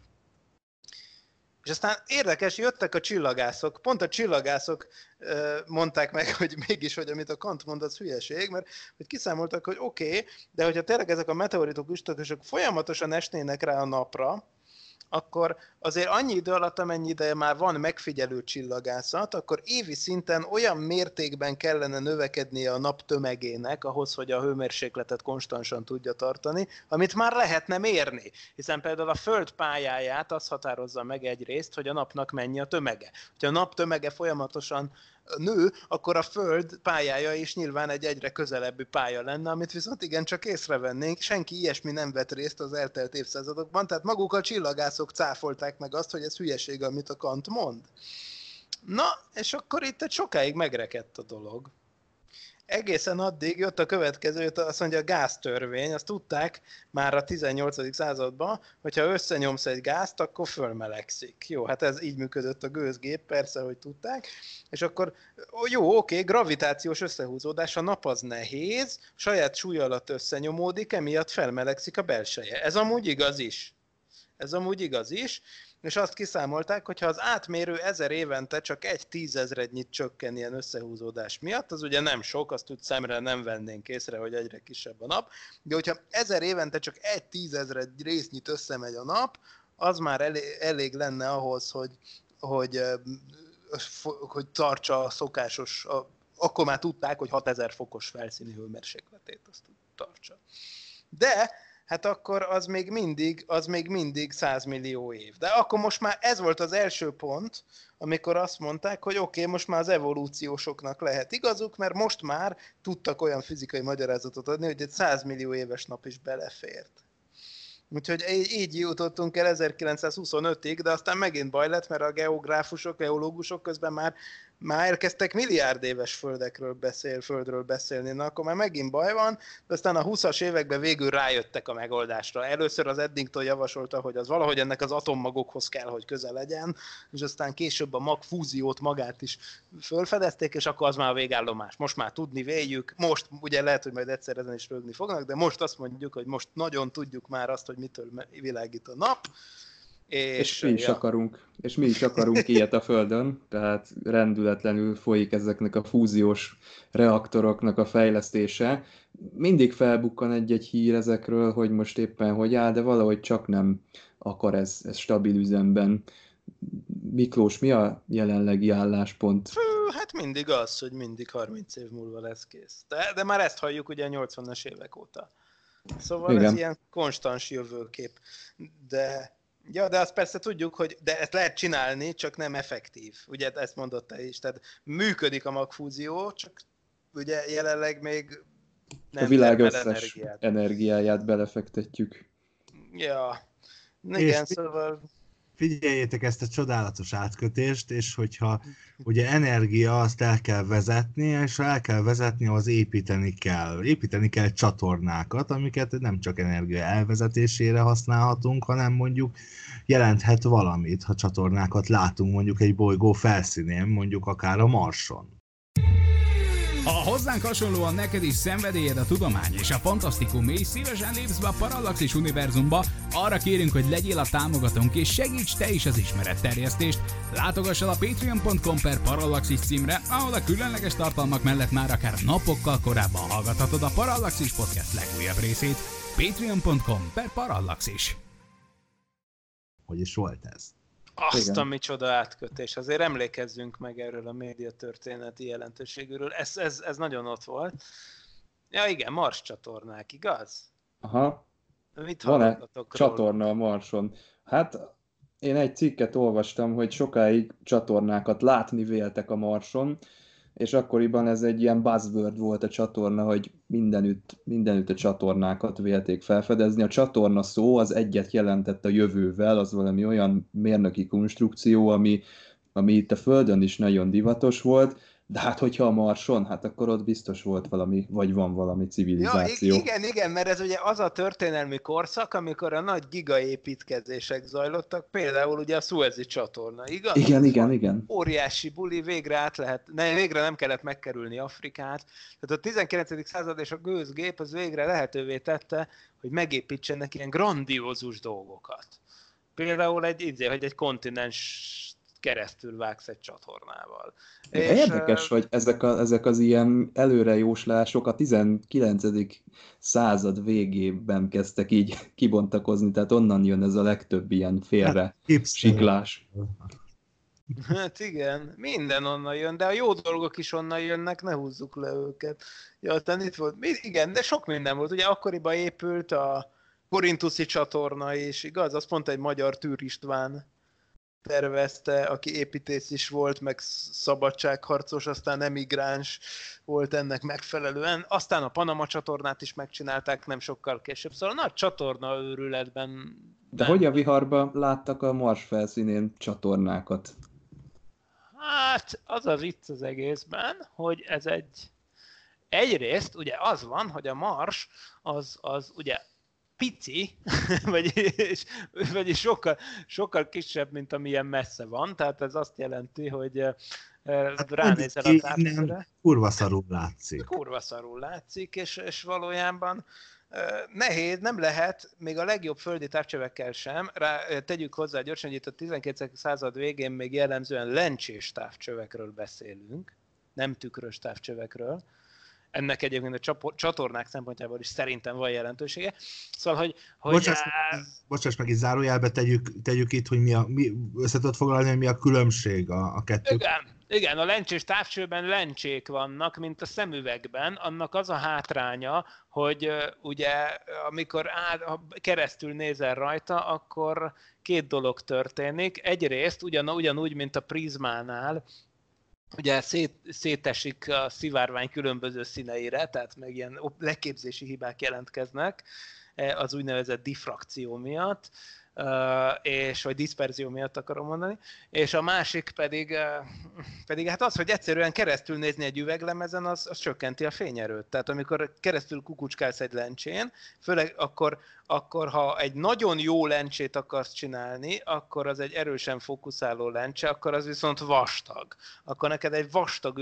És aztán érdekes, jöttek a csillagászok, pont a csillagászok mondták meg, hogy mégis, hogy amit a Kant mond, az hülyeség, mert hogy kiszámoltak, hogy oké, de hogyha tényleg ezek a meteoritok, üstökösök folyamatosan esnének rá a napra, akkor azért annyi idő alatt, amennyi ideje már van megfigyelő csillagászat, akkor évi szinten olyan mértékben kellene növekednie a nap tömegének ahhoz, hogy a hőmérsékletet konstansan tudja tartani, amit már lehetne mérni. Hiszen például a Föld pályáját az határozza meg egyrészt, hogy a napnak mennyi a tömege. Ha a nap tömege folyamatosan nő, akkor a Föld pályája is nyilván egy egyre közelebbi pálya lenne, amit viszont igencsak észrevennénk. Senki ilyesmi nem vett részt az eltelt évszázadokban, tehát maguk a csillagászok cáfolták meg azt, hogy ez hülyeség, amit a Kant mond. Na, és akkor itt egy sokáig megrekedt a dolog. Egészen addig jött a következő, azt mondja a gáztörvény, azt tudták már a 18. században, hogyha összenyomsz egy gázt, akkor fölmelegszik. Jó, hát ez így működött a gőzgép, persze, hogy tudták. És akkor jó, oké, gravitációs összehúzódás, a nap az nehéz, saját súly alatt összenyomódik, emiatt felmelegszik a belseje. Ez amúgy igaz is. És azt kiszámolták, hogy ha az átmérő 1000 évente csak egy 10 000-nyit csökken ilyen összehúzódás miatt, az ugye nem sok, azt úgy szemre nem vennénk észre, hogy egyre kisebb a nap, de hogyha 1000 évente csak egy 10 000 résznyit összemegy a nap, az már elég lenne ahhoz, hogy tartsa a szokásos, akkor már tudták, hogy 6000 fokos felszíni hőmérsékletét azt tartsa. De hát akkor az még mindig 100 millió év. De akkor most már ez volt az első pont, amikor azt mondták, hogy oké, most már az evolúciósoknak lehet igazuk, mert most már tudtak olyan fizikai magyarázatot adni, hogy egy 100 millió éves nap is belefért. Úgyhogy így jutottunk el 1925-ig, de aztán megint baj lett, mert a geográfusok, geológusok közben már már elkezdtek milliárd éves földről beszélni, na akkor már megint baj van, de aztán a 20-as években végül rájöttek a megoldásra. Először az Eddington javasolta, hogy az valahogy ennek az atommagokhoz kell, hogy közel legyen, és aztán később a magfúziót magát is fölfedezték, és akkor az már a végállomás. Most már tudni véljük, most ugye lehet, hogy majd egyszer ezen is rögni fognak, de most azt mondjuk, hogy most nagyon tudjuk már azt, hogy mitől világít a nap, és mi is akarunk ilyet a Földön, tehát rendületlenül folyik ezeknek a fúziós reaktoroknak a fejlesztése. Mindig felbukkan egy-egy hír ezekről, hogy most éppen hogy áll, de valahogy csak nem akar ez stabil üzemben. Miklós, mi a jelenlegi álláspont? Hát mindig az, hogy mindig 30 év múlva lesz kész. De már ezt halljuk ugye a 80-as évek óta. Szóval igen. Ez ilyen konstans jövőkép. De azt persze tudjuk, hogy de ezt lehet csinálni, csak nem effektív. Ugye ezt mondott te is. Tehát működik a magfúzió, csak ugye jelenleg még nem a világ összes energiáját belefektetjük. Ja. Igen, szóval... Figyeljétek ezt a csodálatos átkötést, és hogyha ugye energia, azt el kell vezetni, és ha el kell vezetni, az építeni kell. Építeni kell csatornákat, amiket nem csak energia elvezetésére használhatunk, hanem mondjuk jelenthet valamit, ha csatornákat látunk mondjuk egy bolygó felszínén, mondjuk akár a Marson. Ha hozzánk hasonlóan neked is szenvedélyed a tudomány és a fantasztikum, és szívesen lépsz be a Parallaxis univerzumba, arra kérünk, hogy legyél a támogatónk és segíts te is az ismeretterjesztést. Látogass el a patreon.com/Parallaxis címre, ahol a különleges tartalmak mellett már akár napokkal korábban hallgathatod a Parallaxis podcast legújabb részét. patreon.com/Parallaxis. Hogy is volt ez? Azt a micsoda átkötés. Azért emlékezzünk meg erről a médiatörténeti jelentőségűről. Ez nagyon ott volt. Ja igen, Mars csatornák, igaz? Aha. Mit van-e csatorna a Marson? Hát én egy cikket olvastam, hogy sokáig csatornákat látni véltek a Marson, és akkoriban ez egy ilyen buzzword volt a csatorna, hogy mindenütt a csatornákat vélték felfedezni. A csatorna szó az egyet jelentett a jövővel, az valami olyan mérnöki konstrukció, ami itt a Földön is nagyon divatos volt, de hát hogyha a Marson, hát akkor ott biztos volt valami, vagy van valami civilizáció. Ja, igen, mert ez ugye az a történelmi korszak, amikor a nagy gigaépítkezések zajlottak, például ugye a Suezi csatorna, igaz? Igen. Óriási buli, végre nem kellett megkerülni Afrikát. Tehát a 19. század és a gőzgép az végre lehetővé tette, hogy megépítsenek ilyen grandiózus dolgokat. Például egy kontinens keresztül vágsz egy csatornával. Érdekes, hogy ezek az ilyen előrejóslások a 19. század végében kezdtek így kibontakozni, tehát onnan jön ez a legtöbb ilyen félre siklás. Hát igen, minden onnan jön, de a jó dolgok is onnan jönnek, ne húzzuk le őket. Ja, aztán itt volt, igen, de sok minden volt. Ugye akkoriban épült a Korinthuszi csatorna is, igaz? Azt mondta egy magyar Tűr István tervezte, aki építész is volt, meg szabadságharcos, aztán emigráns volt ennek megfelelően. Aztán a Panama csatornát is megcsinálták nem sokkal később. Szóval a nagy csatorna őrületben... De hogy a viharban láttak a Mars felszínén csatornákat? Hát, az a vicc az egészben, hogy ez egyrészt ugye az van, hogy a Mars az ugye pici, vagyis sokkal kisebb, mint amilyen messze van, tehát ez azt jelenti, hogy ránézel a távcsőre. Kurva szarul látszik. Kurva szarul látszik, és valójában nehéz, nem lehet, még a legjobb földi távcsövekkel sem, tegyük hozzá gyorsan, hogy itt a 19. század végén még jellemzően lencsés távcsövekről beszélünk, nem tükrös távcsövekről. Ennek egyébként a csatornák szempontjából is szerintem van jelentősége. Szóval, hogy Bocsáss meg, itt zárójelbe tegyük itt, hogy össze tudod foglalni, hogy mi a különbség a kettő. Igen, a lencsés távcsőben lencsék vannak, mint a szemüvegben. Annak az a hátránya, hogy ugye amikor keresztül nézel rajta, akkor két dolog történik. Egyrészt ugyanúgy, mint a prizmánál, ugye szétesik a szivárvány különböző színeire, tehát meg ilyen leképzési hibák jelentkeznek, az úgynevezett diffrakció miatt, vagy diszperzió miatt akarom mondani, és a másik pedig hát az, hogy egyszerűen keresztül nézni egy üveglemezen, az csökkenti a fényerőt. Tehát amikor keresztül kukucskálsz egy lencsén, főleg akkor ha egy nagyon jó lencsét akarsz csinálni, akkor az egy erősen fókuszáló lencse, akkor az viszont vastag. Akkor neked egy vastag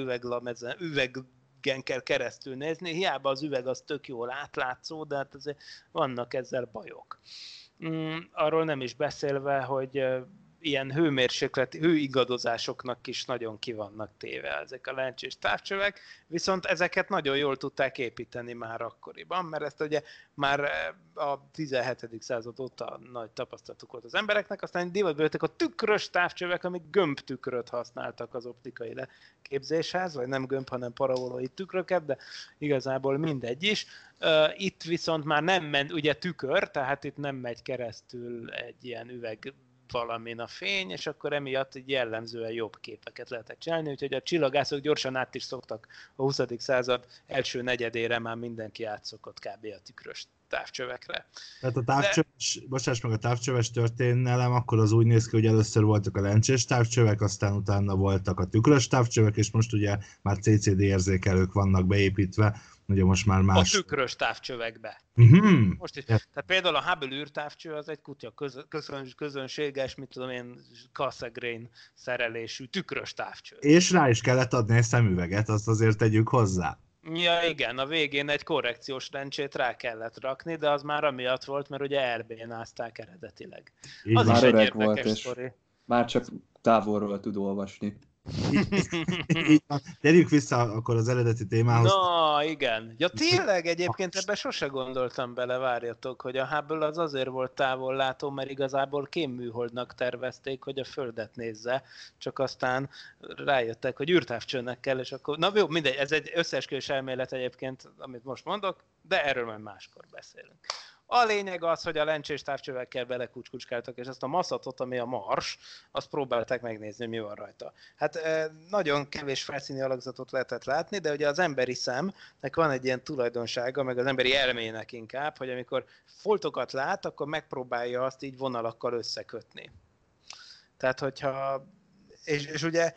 üvegen kell keresztül nézni, hiába az üveg az tök jól átlátszó, de hát azért vannak ezzel bajok. Arról nem is beszélve, hogy ilyen hőingadozásoknak is nagyon ki vannak téve ezek a lencsés távcsövek, viszont ezeket nagyon jól tudták építeni már akkoriban, mert ezt ugye már a 17. század óta nagy tapasztalatuk volt az embereknek, aztán divatba jöttek a tükrös távcsövek, amik gömbtükröt használtak az optikai leképzéshez, vagy nem gömb, hanem parabolai tükröket, de igazából mindegy is. Itt viszont már nem ment, ugye tükör, tehát itt nem megy keresztül egy ilyen üveg valamin a fény, és akkor emiatt így jellemzően jobb képeket lehetett csinálni, úgyhogy a csillagászok gyorsan át is szoktak a 20. század első negyedére, már mindenki átszokott kb. A tükrös távcsövekre. Tehát a távcsöves, bocsáss meg, a távcsöves történelem, akkor az úgy néz ki, hogy először voltak a lencsés távcsövek, aztán utána voltak a tükrös távcsövek, és most ugye már CCD érzékelők vannak beépítve, ugye most már más... A tükrös távcsövekbe. Most is. Tehát például a Hubble űrtávcső az egy kutya közönséges, mit tudom én, Cassegrain szerelésű tükrös távcső. És rá is kellett adni egy szemüveget, azt azért tegyük hozzá. Ja igen, a végén egy korrekciós lencsét rá kellett rakni, de az már amiatt volt, mert ugye elbénázták eredetileg. Így az már is egy öreg érdekes volt, és sztori. már csak távolról tud olvasni. Így van. Térjük vissza akkor az eredeti témához. Na, igen. Ja, tényleg egyébként ebbe sose gondoltam bele, várjatok, hogy a Hubble az azért volt távollátó, mert igazából kémműholdnak tervezték, hogy a Földet nézze, csak aztán rájöttek, hogy űrtávcsőnek kell, és akkor... Na jó, mindegy, ez egy összeesküvés elmélet egyébként, amit most mondok, de erről majd máskor beszélünk. A lényeg az, hogy a lencsés távcsövekkel belekucskucskáltak, és ezt a maszatot, ami a Mars, azt próbálták megnézni, mi van rajta. Hát nagyon kevés felszíni alakzatot lehetett látni, de ugye az emberi szemnek van egy ilyen tulajdonsága, meg az emberi elmének inkább, hogy amikor foltokat lát, akkor megpróbálja azt így vonalakkal összekötni. Tehát, hogyha... És ugye...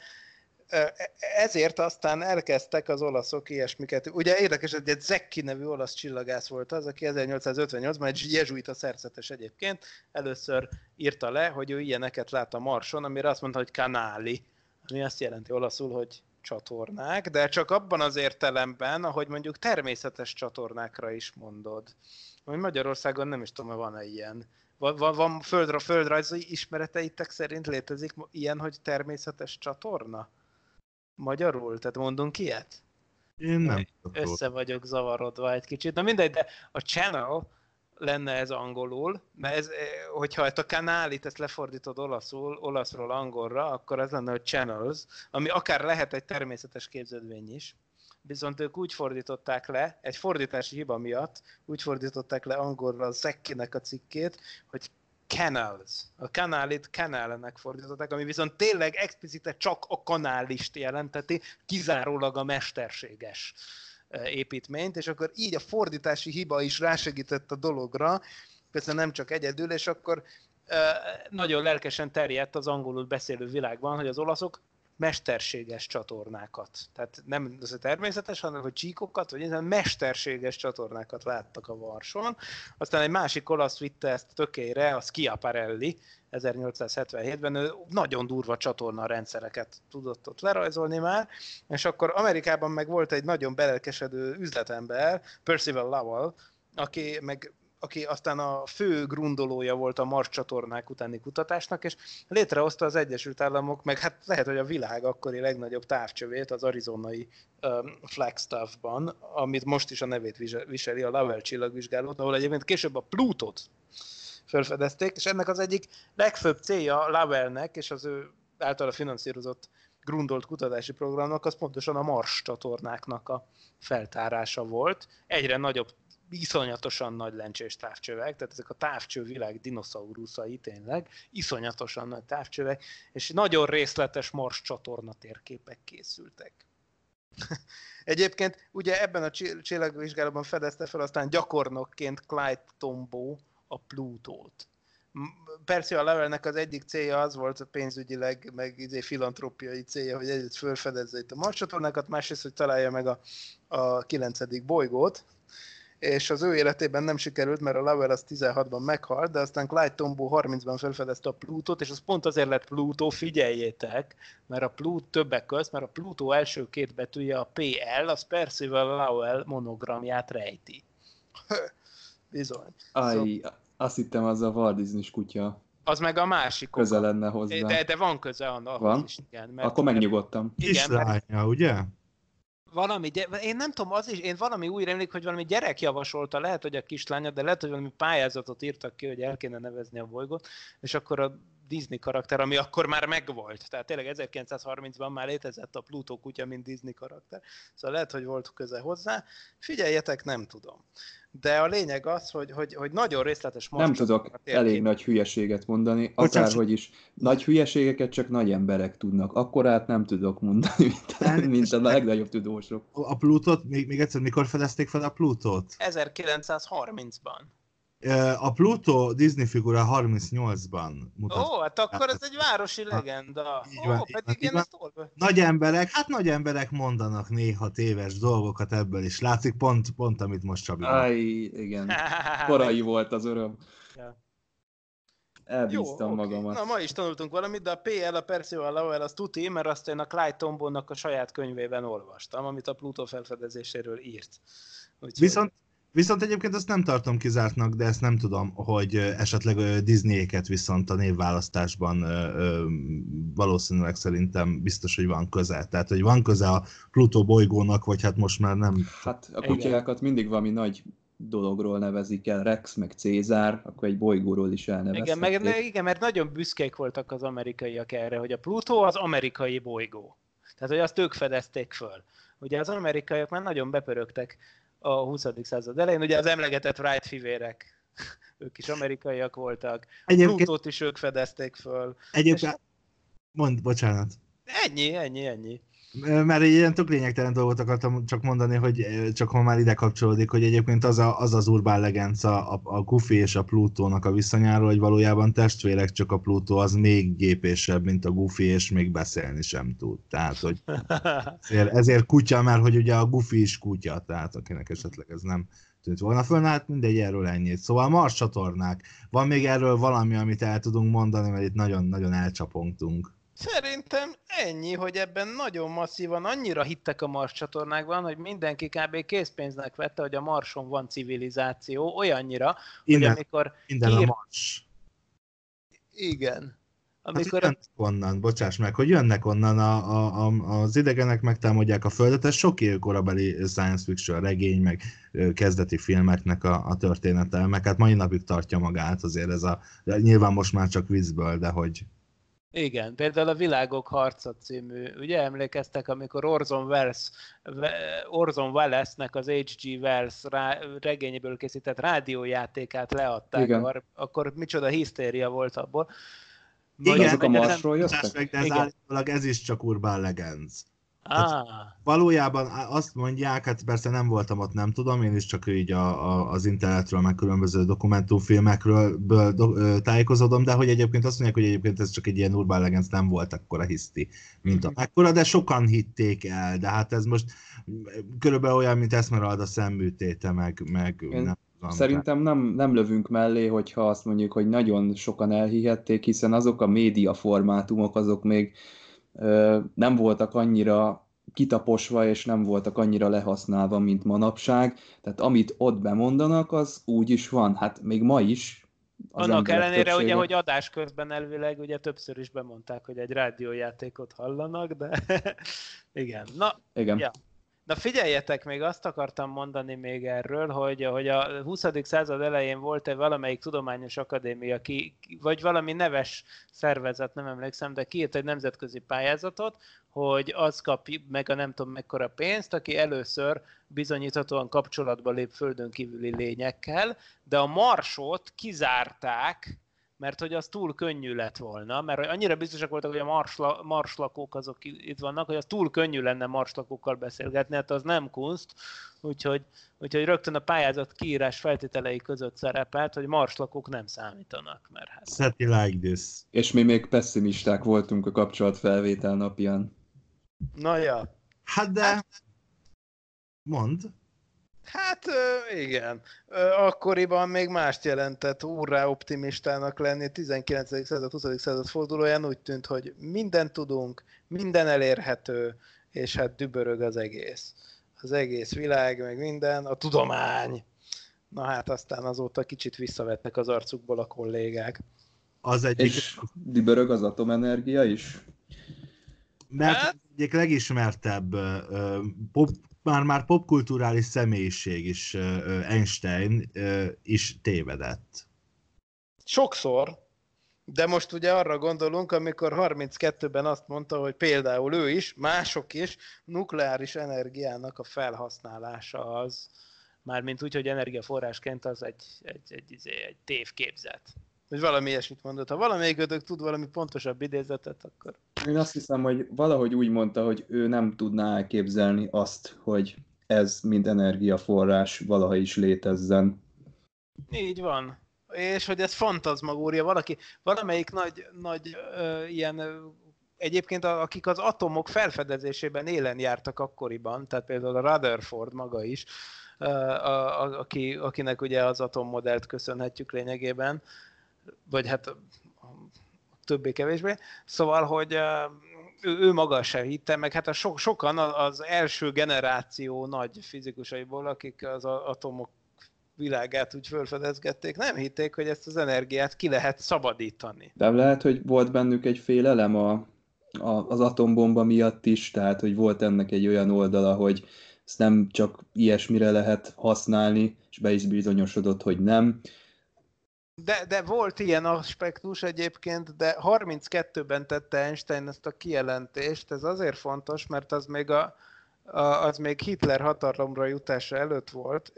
Ezért aztán elkezdtek az olaszok ilyesmiket. Ugye érdekes, hogy egy Zecchi nevű olasz csillagász volt az, aki 1858-ban, egy jezsuita szerzetes egyébként, először írta le, hogy ő ilyeneket lát a Marson, amire azt mondta, hogy canali, ami azt jelenti olaszul, hogy csatornák, de csak abban az értelemben, ahogy mondjuk természetes csatornákra is mondod. Hogy Magyarországon nem is tudom, hogy van-e ilyen. Van földrajzi ismereteitek szerint létezik ilyen, hogy természetes csatorna? Magyarul? Tehát mondunk ilyet? Én nem. Össze vagyok zavarodva egy kicsit. Na mindegy, de a channel lenne ez angolul, mert ez, hogyha ezt a kanálit ezt lefordítod olaszról angolra, akkor ez lenne a channels, ami akár lehet egy természetes képződmény is. Viszont ők úgy fordították le, egy fordítási hiba miatt, úgy fordították le angolra a Zecchinek a cikkét, hogy canals. A kanálit canalnek fordították, ami viszont tényleg explicite csak a kanálist jelenteti, kizárólag a mesterséges építményt, és akkor így a fordítási hiba is rásegített a dologra, persze nem csak egyedül, és akkor nagyon lelkesen terjedt az angolul beszélő világban, hogy az olaszok mesterséges csatornákat. Tehát nem az a természetes, hanem hogy csíkokat, vagy mesterséges csatornákat láttak a Marson. Aztán egy másik olasz vitte ezt tökére, a Schiaparelli, 1877-ben ő nagyon durva csatornarendszereket tudott ott lerajzolni már, és akkor Amerikában meg volt egy nagyon belelkesedő üzletember, Percival Lowell, aki aztán a fő grundolója volt a Mars csatornák utáni kutatásnak, és létrehozta az Egyesült Államok, meg hát lehet, hogy a világ akkori legnagyobb távcsövét az arizonai Flagstaffban, amit most is a nevét viseli, a Lovell csillagvizsgálót, ahol egyébként később a Plutót felfedezték, és ennek az egyik legfőbb célja Lovellnek, és az ő általa finanszírozott grundolt kutatási programnak, az pontosan a Mars csatornáknak a feltárása volt. Egyre nagyobb, iszonyatosan nagy lencsés távcsövek, tehát ezek a távcsővilág dinoszauruszai tényleg, iszonyatosan nagy távcsövek, és nagyon részletes Mars csatorna térképek készültek. Egyébként ugye ebben a csillagvizsgálóban fedezte fel aztán gyakornokként Clyde Tombaugh a Plutót. Percival Lowellnek az egyik célja az volt pénzügyileg, meg filantrópiai célja, hogy egyrészt felfedezze itt a Mars-csatornákat, másrészt, hogy találja meg a 9. bolygót, és az ő életében nem sikerült, mert a Lowell az 16-ban meghalt, de aztán Clyde Tombaugh 30-ban felfedezte a Plutót, és az pont azért lett Plutó, figyeljétek, mert a Plutó többek közt, mert a Plutó első két betűje a PL, az Percival Lowell monogramját rejti. Bizony. Azt hittem, az a Walt Disney-s kutya. Az meg a másik köze lenne hozzá. De van köze ahhoz is, igen. Mert, akkor megnyugodtam. Kislánya, ugye? Valami, én nem tudom, én valami úgy rémlik, hogy valami gyerek javasolta, lehet, hogy a kislánya, de lehet, hogy valami pályázatot írtak ki, hogy el kéne nevezni a bolygót, és akkor a Disney karakter, ami akkor már megvolt. Tehát tényleg 1930-ban már létezett a Plutó kutya, mint Disney karakter. Szóval lehet, hogy volt köze hozzá. Figyeljetek, nem tudom. De a lényeg az, hogy nagyon részletes... Nem tudok elég nagy hülyeséget mondani, akárhogy is. Nagy hülyeségeket csak nagy emberek tudnak. Akkorát nem tudok mondani, mint a legnagyobb tudósok. A Plutót, még egyszer, mikor fedezték fel a Plutót? 1930-ban. A Plutó Disney figura 38-ban mutat. Ó, hát akkor ez egy városi legenda. Pedig én ezt nagy emberek mondanak néha téves dolgokat, ebből is látszik, pont amit most Csabi. Igen. Korai volt az öröm. Ja. Elbíztam magamat. Na, ma is tanultunk valamit, de a PL, a Percival Lowell, az tuti, mert azt én a Clyde Tombaughnak a saját könyvében olvastam, amit a Plutó felfedezéséről írt. Úgyhogy... Viszont egyébként azt nem tartom kizártnak, de ezt nem tudom, hogy esetleg Disney-éket viszont a névválasztásban valószínűleg szerintem biztos, hogy van köze. Tehát, hogy van köze a Plutó bolygónak, vagy hát most már nem... Hát a kutyákat mindig valami nagy dologról nevezik el, Rex, meg Cézár, akkor egy bolygóról is elnevezhették. Igen, mert nagyon büszkék voltak az amerikaiak erre, hogy a Plutó az amerikai bolygó. Tehát, hogy azt ők fedezték föl. Ugye az amerikaiak már nagyon bepörögtek a 20. század elején, ugye az emlegetett Wright fivérek, ők is amerikaiak voltak, Plutót is ők fedezték föl. Egyébként, mondd, bocsánat. Ennyi. Mert egy ilyen tök lényegtelen dolgot akartam csak mondani, hogy csak ha már ide kapcsolódik, hogy egyébként az urban legenca a Goofy és a Plutónak a viszonyáról, hogy valójában testvérek, csak a Plutó az még gépésebb, mint a Goofy, és még beszélni sem tud. Tehát, hogy ezért kutya, mert hogy ugye a Goofy is kutya, tehát akinek esetleg ez nem tűnt volna föl, hát mindegy, erről ennyit. Szóval Mars csatornák. Van még erről valami, amit el tudunk mondani, mert itt nagyon-nagyon elcsapongtunk. Szerintem ennyi, hogy ebben nagyon masszívan annyira hittek a Mars csatornákban, hogy mindenki kb. Készpénznek vette, hogy a Marson van civilizáció, olyannyira, hogy amikor... Minden a Mars. Igen. Amikor jönnek onnan, bocsáss meg, hogy jönnek onnan az idegenek, megtámadják a Földet, ez sok korabeli science fiction regény, meg kezdeti filmeknek a története, meg hát mai napig tartja magát, azért ez nyilván most már csak vízből, de hogy... Igen, például a Világok harca című, ugye emlékeztek, amikor Orson Welles-nek az H.G. Wells regényéből készített rádiójátékát leadták, akkor micsoda hisztéria volt abból. Igen, azok a Marsról jöttek? De ez állítólag ez is csak urban legends. Valójában azt mondják, hát persze nem voltam ott, nem tudom, én is csak így az internetről, meg különböző dokumentumfilmekről tájékozódom, de hogy egyébként azt mondják, hogy egyébként ez csak egy ilyen urban legends, nem volt akkora hiszti, mint akkora, de sokan hitték el, de hát ez most körülbelül olyan, mint Esmeralda szemműtéte, meg nem tudom. Szerintem nem lövünk mellé, hogyha azt mondjuk, hogy nagyon sokan elhihették, hiszen azok a média formátumok, azok még nem voltak annyira kitaposva, és nem voltak annyira lehasználva, mint manapság. Tehát amit ott bemondanak, az úgy is van. Hát még ma is. Annak ellenére, ugye, hogy adás közben elvileg ugye többször is bemondták, hogy egy rádiójátékot hallanak, de igen. Igen. Ja. Na figyeljetek, még azt akartam mondani még erről, hogy a 20. század elején volt valamelyik tudományos akadémia, vagy valami neves szervezet, nem emlékszem, de kiírt egy nemzetközi pályázatot, hogy az kap meg a nem tudom mekkora pénzt, aki először bizonyíthatóan kapcsolatba lép földön kívüli lényekkel, de a Marsot kizárták, mert hogy az túl könnyű lett volna, mert annyira biztosak voltak, hogy a marslakók azok itt vannak, hogy az túl könnyű lenne marslakókkal beszélgetni, hát az nem kunst, úgyhogy rögtön a pályázat kiírás feltételei között szerepelt, hogy marslakók nem számítanak. Mert hát... Seti like this. És mi még pessimisták voltunk a kapcsolatfelvétel napján. Na ja. Hát de... Mondd. Hát igen. Akkoriban még mást jelentett hurrá optimistának lenni. 19. század, 20. század fordulóján úgy tűnt, hogy mindent tudunk, minden elérhető, és hát dübörög az egész. Az egész világ, meg minden, a tudomány. Na hát aztán azóta kicsit visszavettek az arcukból a kollégák. Az egyik... És dübörög az atomenergia is? Mert hát? Egyik legismertebb már popkulturális személyiség is, Einstein is tévedett. Sokszor, de most ugye arra gondolunk, amikor 32-ben azt mondta, hogy például ő is, mások is, nukleáris energiának a felhasználása az, mármint úgy, hogy energiaforrásként az egy tévképzet. Hogy valami ilyesmit mondott. Ha valamelyikőtök tud valami pontosabb idézetet, akkor... Én azt hiszem, hogy valahogy úgy mondta, hogy ő nem tudná elképzelni azt, hogy ez mint energiaforrás valaha is létezzen. Így van. És hogy ez fantazmagória. Valamelyik nagy ilyen... Egyébként akik az atomok felfedezésében élen jártak akkoriban, tehát például a Rutherford maga is, akinek ugye az atommodellt köszönhetjük lényegében, vagy hát többé-kevésbé. Szóval, hogy ő maga sem hitte, meg hát sokan az első generáció nagy fizikusaiból, akik az atomok világát úgy felfedezgették, nem hitték, hogy ezt az energiát ki lehet szabadítani. De lehet, hogy volt bennük egy félelem az atombomba miatt is, tehát hogy volt ennek egy olyan oldala, hogy ezt nem csak ilyesmire lehet használni, és be is bizonyosodott, hogy nem. De volt ilyen aspektus egyébként, de 32-ben tette Einstein ezt a kijelentést. Ez azért fontos, mert az még Hitler hatalomra jutása előtt volt,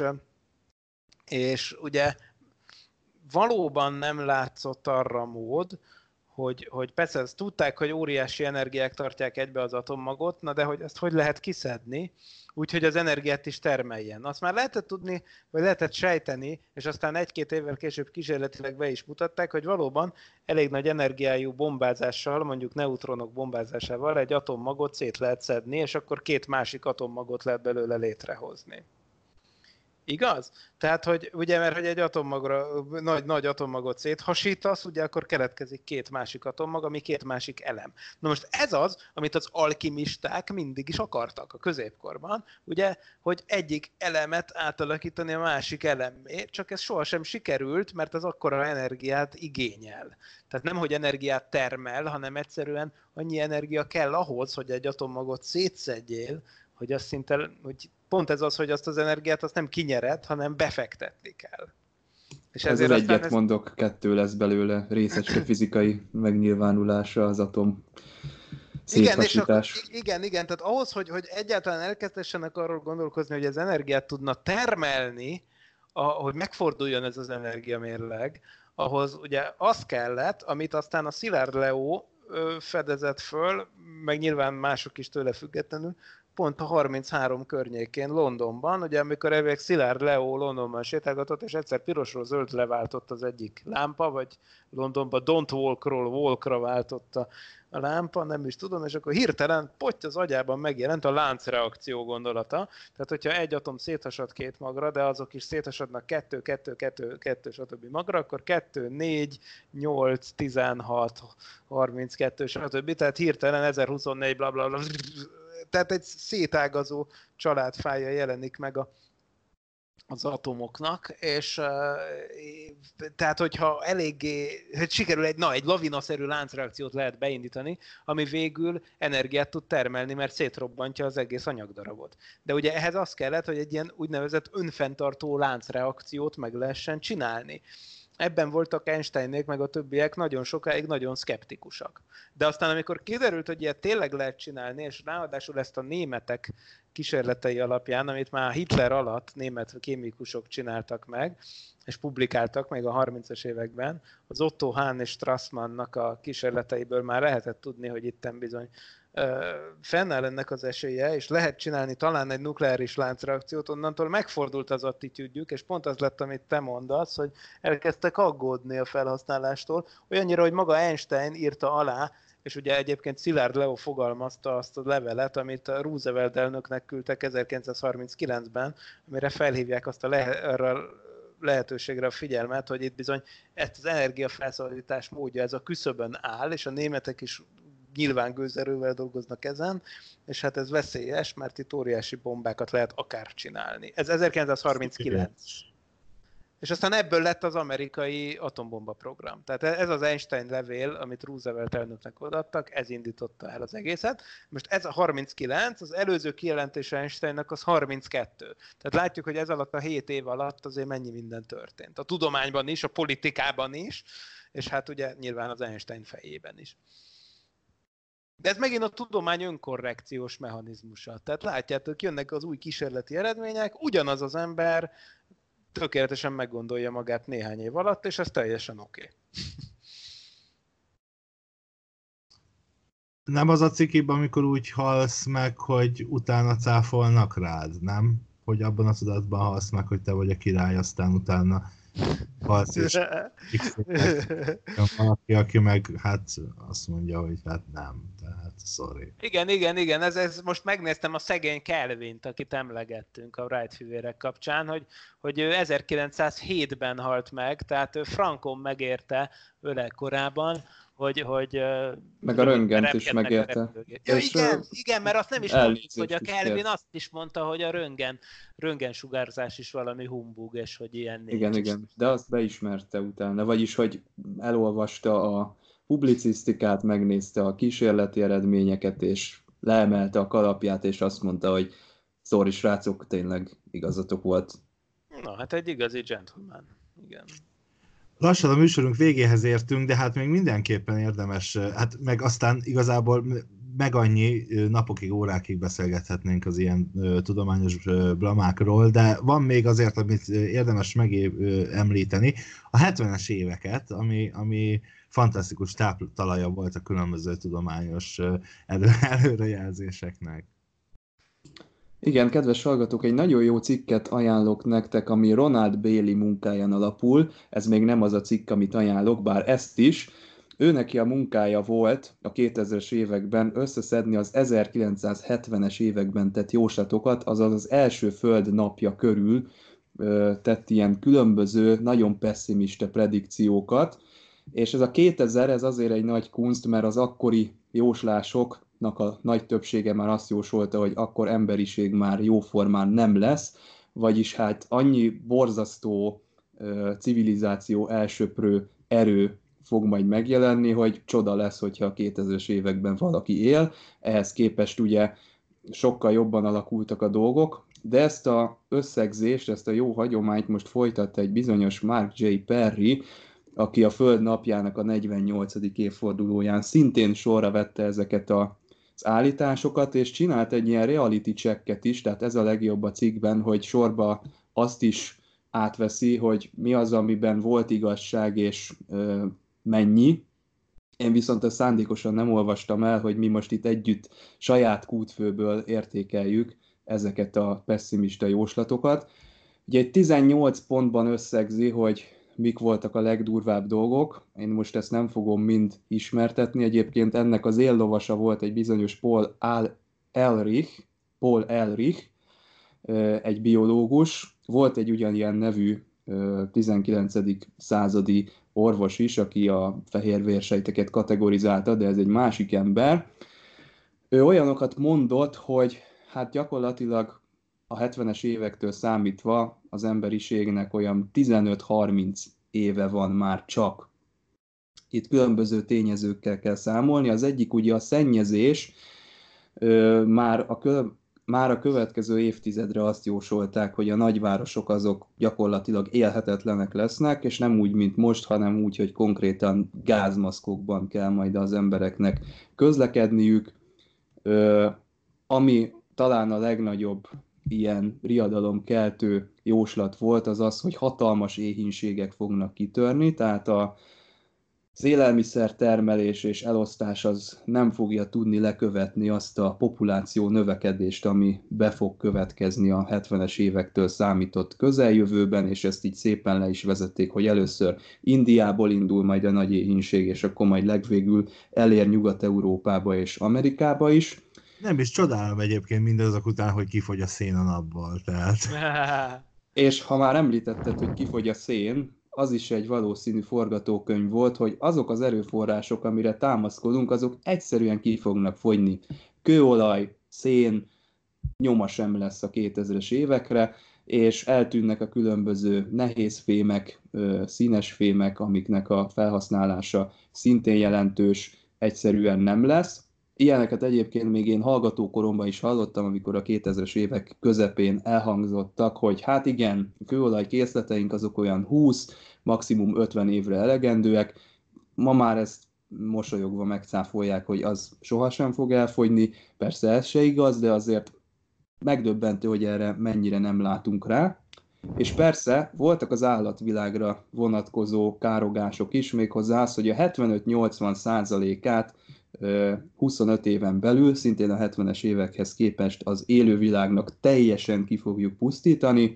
és ugye valóban nem látszott arra mód, hogy persze ezt tudták, hogy óriási energiák tartják egybe az atommagot, na de hogy ezt hogy lehet kiszedni, úgyhogy az energiát is termeljen. Azt már lehetett tudni, vagy lehetett sejteni, és aztán 1-2 évvel később kísérletileg be is mutatták, hogy valóban elég nagy energiájú bombázással, mondjuk neutronok bombázásával egy atommagot szét lehet szedni, és akkor 2 másik atommagot lehet belőle létrehozni. Igaz? Tehát, hogy ugye, mert hogy egy atommagra, nagy atommagot széthasítasz, ugye akkor keletkezik 2 másik atommag, ami 2 másik elem. Na most ez az, amit az alkimisták mindig is akartak a középkorban, ugye, hogy egyik elemet átalakítani a másik elemmé, csak ez sohasem sikerült, mert az akkora energiát igényel. Tehát nem, hogy energiát termel, hanem egyszerűen annyi energia kell ahhoz, hogy egy atommagot szétszedjél, hogy azt szinte, hogy pont ez az, hogy azt az energiát azt nem kinyered, hanem befektetni kell. És ez az egyet mondok, 2 lesz belőle, részecske fizikai megnyilvánulása az atom széthasítás. Igen, tehát ahhoz, hogy egyáltalán elkezdhessenek arról gondolkozni, hogy az energiát tudna termelni, hogy megforduljon ez az energiamérleg, ahhoz ugye az kellett, amit aztán a Szilárd Leó fedezett föl, meg nyilván mások is tőle függetlenül, pont a 33 környékén Londonban, ugye amikor elvileg Szilárd Leó Londonban sétálgatott, és egyszer pirosról zöldre váltott az egyik lámpa, vagy Londonban Don't Walkról Walkra váltott a lámpa, nem is tudom, és akkor hirtelen potty az agyában megjelent a láncreakció gondolata. Tehát, hogyha egy atom széthasad 2 magra, de azok is széthasadnak 2, stb. Magra, akkor 2, 4, 8, 16, 32, stb. Tehát hirtelen 1024, blablabla. Tehát egy szétágazó családfája jelenik meg az atomoknak, és tehát, hogyha eléggé, hogy sikerül egy lavinaszerű láncreakciót lehet beindítani, ami végül energiát tud termelni, mert szétrobbantja az egész anyagdarabot. De ugye ehhez az kellett, hogy egy ilyen úgynevezett önfenntartó láncreakciót meg lehessen csinálni. Ebben voltak Einsteinék, meg a többiek nagyon sokáig nagyon szkeptikusak. De aztán, amikor kiderült, hogy ilyet tényleg lehet csinálni, és ráadásul ezt a németek kísérletei alapján, amit már Hitler alatt német kémikusok csináltak meg, és publikáltak még a 30-as években, az Otto Hahn és Strassmannnak a kísérleteiből már lehetett tudni, hogy itten bizony fennáll ennek az esélye, és lehet csinálni talán egy nukleáris láncreakciót, onnantól megfordult az attitűdjük, és pont az lett, amit te mondasz, hogy elkezdtek aggódni a felhasználástól, olyannyira, hogy maga Einstein írta alá, és ugye egyébként Szilárd Leo fogalmazta azt a levelet, amit a Roosevelt elnöknek küldtek 1939-ben, amire felhívják azt arra lehetőségre a figyelmet, hogy itt bizony ezt az energiafelszabadítás módja, ez a küszöbön áll, és a németek is nyilván gőzerővel dolgoznak ezen, és hát ez veszélyes, mert itt óriási bombákat lehet akár csinálni. Ez 1939. És aztán ebből lett az amerikai atombomba program. Tehát ez az Einstein levél, amit Roosevelt elnöknek odaadtak, ez indította el az egészet. Most ez a 39, az előző kijelentés Einsteinnak az 32. Tehát látjuk, hogy ez alatt a 7 év alatt azért mennyi minden történt. A tudományban is, a politikában is, és hát ugye nyilván az Einstein fejében is. De ez megint a tudomány önkorrekciós mechanizmusa. Tehát látjátok, jönnek az új kísérleti eredmények, ugyanaz az ember tökéletesen meggondolja magát néhány év alatt, és ez teljesen oké. Nem az a cikiben, amikor úgy halsz meg, hogy utána cáfolnak rád, nem? Hogy abban a tudatban halsz meg, hogy te vagy a király, aztán utána halsz, és valaki, aki meg hát azt mondja, hogy hát nem, tehát sorry. Igen, ez most megnéztem a szegény Kelvint, akit emlegettünk a Wright-fivérek kapcsán, hogy ő 1907-ben halt meg, tehát ő frankon megérte öregkorában, hogy meg a röntgent is megérte. Ja, igen, mert azt nem is mondjuk, hogy a Kelvin azt is mondta, hogy a röntgensugárzás is valami humbug, és hogy ilyen nincs. Igen, de azt beismerte utána, vagyis, hogy elolvasta a publicisztikát, megnézte a kísérleti eredményeket, és leemelte a kalapját, és azt mondta, hogy sorry srácok, tényleg igazatok volt. Na, hát egy igazi gentleman, igen. Lassan a műsorunk végéhez értünk, de hát még mindenképpen érdemes, hát meg aztán igazából meg annyi napokig, órákig beszélgethetnénk az ilyen tudományos blamákról, de van még azért, amit érdemes megemlíteni, a 70-es éveket, ami fantasztikus táptalaja volt a különböző tudományos előrejelzéseknek. Igen, kedves hallgatók, egy nagyon jó cikket ajánlok nektek, ami Ronald Bailey munkáján alapul. Ez még nem az a cikk, amit ajánlok, bár ezt is. Ő neki a munkája volt a 2000-es években összeszedni az 1970-es években tett jóslatokat, azaz az első Föld napja körül tett ilyen különböző, nagyon pesszimista predikciókat. És ez a 2000, ez azért egy nagy kunst, mert az akkori jóslásoknak a nagy többsége már azt jósolta, hogy akkor emberiség már jóformán nem lesz, vagyis hát annyi borzasztó civilizáció elsöprő erő fog majd megjelenni, hogy csoda lesz, hogyha a 2000-es években valaki él. Ehhez képest ugye sokkal jobban alakultak a dolgok, de ezt az összegzést, ezt a jó hagyományt most folytatta egy bizonyos Mark J. Perry, aki a Föld napjának a 48. évfordulóján szintén sorra vette ezeket az állításokat, és csinált egy ilyen reality checket is, tehát ez a legjobb a cikkben, hogy sorba azt is átveszi, hogy mi az, amiben volt igazság, és mennyi. Én viszont ezt szándékosan nem olvastam el, hogy mi most itt együtt saját kútfőből értékeljük ezeket a pesszimista jóslatokat. Ugye egy 18 pontban összegzi, hogy mik voltak a legdurvább dolgok. Én most ezt nem fogom mind ismertetni. Egyébként ennek az éllovasa volt egy bizonyos Paul Ehrlich, egy biológus. Volt egy ugyanilyen nevű 19. századi orvos is, aki a fehérvérsejteket kategorizálta, de ez egy másik ember. Ő olyanokat mondott, hogy hát gyakorlatilag a 70-es évektől számítva az emberiségnek olyan 15-30 éve van már csak. Itt különböző tényezőkkel kell számolni. Az egyik ugye a szennyezés, már a következő évtizedre azt jósolták, hogy a nagyvárosok azok gyakorlatilag élhetetlenek lesznek, és nem úgy, mint most, hanem úgy, hogy konkrétan gázmaszkokban kell majd az embereknek közlekedniük. Ami talán a legnagyobb ilyen riadalomkeltő jóslat volt az, hogy hatalmas éhínségek fognak kitörni, tehát az élelmiszer termelés és elosztás az nem fogja tudni lekövetni azt a populáció növekedést, ami be fog következni a 70-es évektől számított közeljövőben, és ezt így szépen le is vezették, hogy először Indiából indul majd a nagy éhínség, és akkor majd legvégül elér Nyugat-Európába és Amerikába is. Nem is csodálom egyébként mindazok után, hogy kifogy a szén a napból. Tehát. És ha már említetted, hogy kifogy a szén, az is egy valószínű forgatókönyv volt, hogy azok az erőforrások, amire támaszkodunk, azok egyszerűen ki fognak fogyni. Kőolaj, szén, nyoma sem lesz a 2000-es évekre, és eltűnnek a különböző nehézfémek, színes fémek, amiknek a felhasználása szintén jelentős, egyszerűen nem lesz. Ilyeneket egyébként még én hallgatókoromban is hallottam, amikor a 2000-es évek közepén elhangzottak, hogy hát igen, a kőolaj készleteink azok olyan 20, maximum 50 évre elegendőek. Ma már ezt mosolyogva megcáfolják, hogy az sohasem fog elfogyni. Persze ez se igaz, de azért megdöbbentő, hogy erre mennyire nem látunk rá. És persze voltak az állatvilágra vonatkozó károgások is, méghozzá az, hogy a 75-80%-át 25 éven belül, szintén a 70-es évekhez képest az élővilágnak teljesen ki fogjuk pusztítani,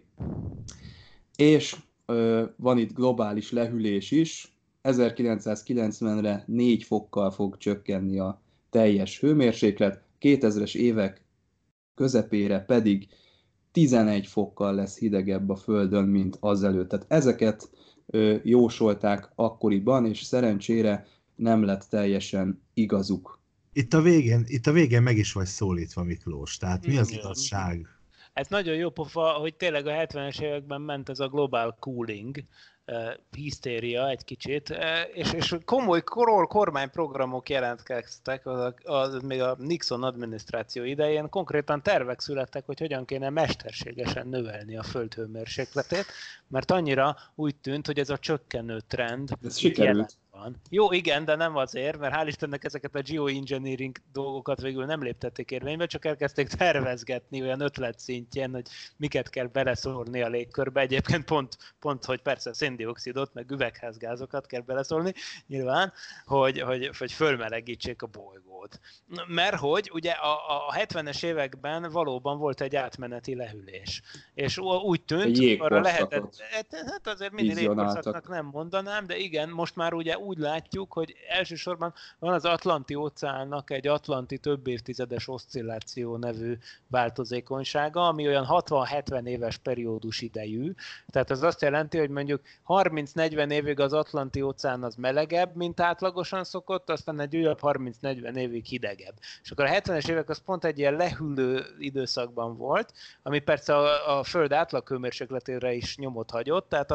és van itt globális lehűlés is, 1990-re 4 fokkal fog csökkenni a teljes hőmérséklet, 2000-es évek közepére pedig 11 fokkal lesz hidegebb a Földön, mint azelőtt. Tehát ezeket jósolták akkoriban, és szerencsére nem lett teljesen igazuk. Itt a végén meg is vagy szólítva, Miklós, tehát mi az igazság? Ez nagyon jó pofa, hogy tényleg a 70-es években ment ez a global cooling, hisztéria egy kicsit, és komoly kormányprogramok jelentkeztek, az még a Nixon adminisztráció idején, konkrétan tervek születtek, hogy hogyan kéne mesterségesen növelni a föld hőmérsékletét, mert annyira úgy tűnt, hogy ez a csökkenő trend ez sikerült. Van. Jó, igen, de nem azért, mert hál' Istennek ezeket a geoengineering dolgokat végül nem léptették érvénybe, csak elkezdték tervezgetni olyan ötlet szintjén, hogy miket kell beleszórni a légkörbe. Egyébként pont hogy persze széndioxidot, meg üvegházgázokat kell beleszórni, nyilván, hogy fölmelegítsék a bolygót. Mert hogy ugye a 70-es években valóban volt egy átmeneti lehűlés. És úgy tűnt, arra lehetett, hát azért mini légkorszaknak nem mondanám, de igen, most már ugye úgy látjuk, hogy elsősorban van az Atlanti-óceánnak egy atlanti több évtizedes oszcilláció nevű változékonysága, ami olyan 60-70 éves periódus idejű. Tehát ez azt jelenti, hogy mondjuk 30-40 évig az Atlanti-óceán az melegebb, mint átlagosan szokott, aztán egy újabb 30-40 évig hidegebb. És akkor a 70-es évek az pont egy ilyen lehűlő időszakban volt, ami persze a Föld átlaghőmérsékletére is nyomot hagyott, tehát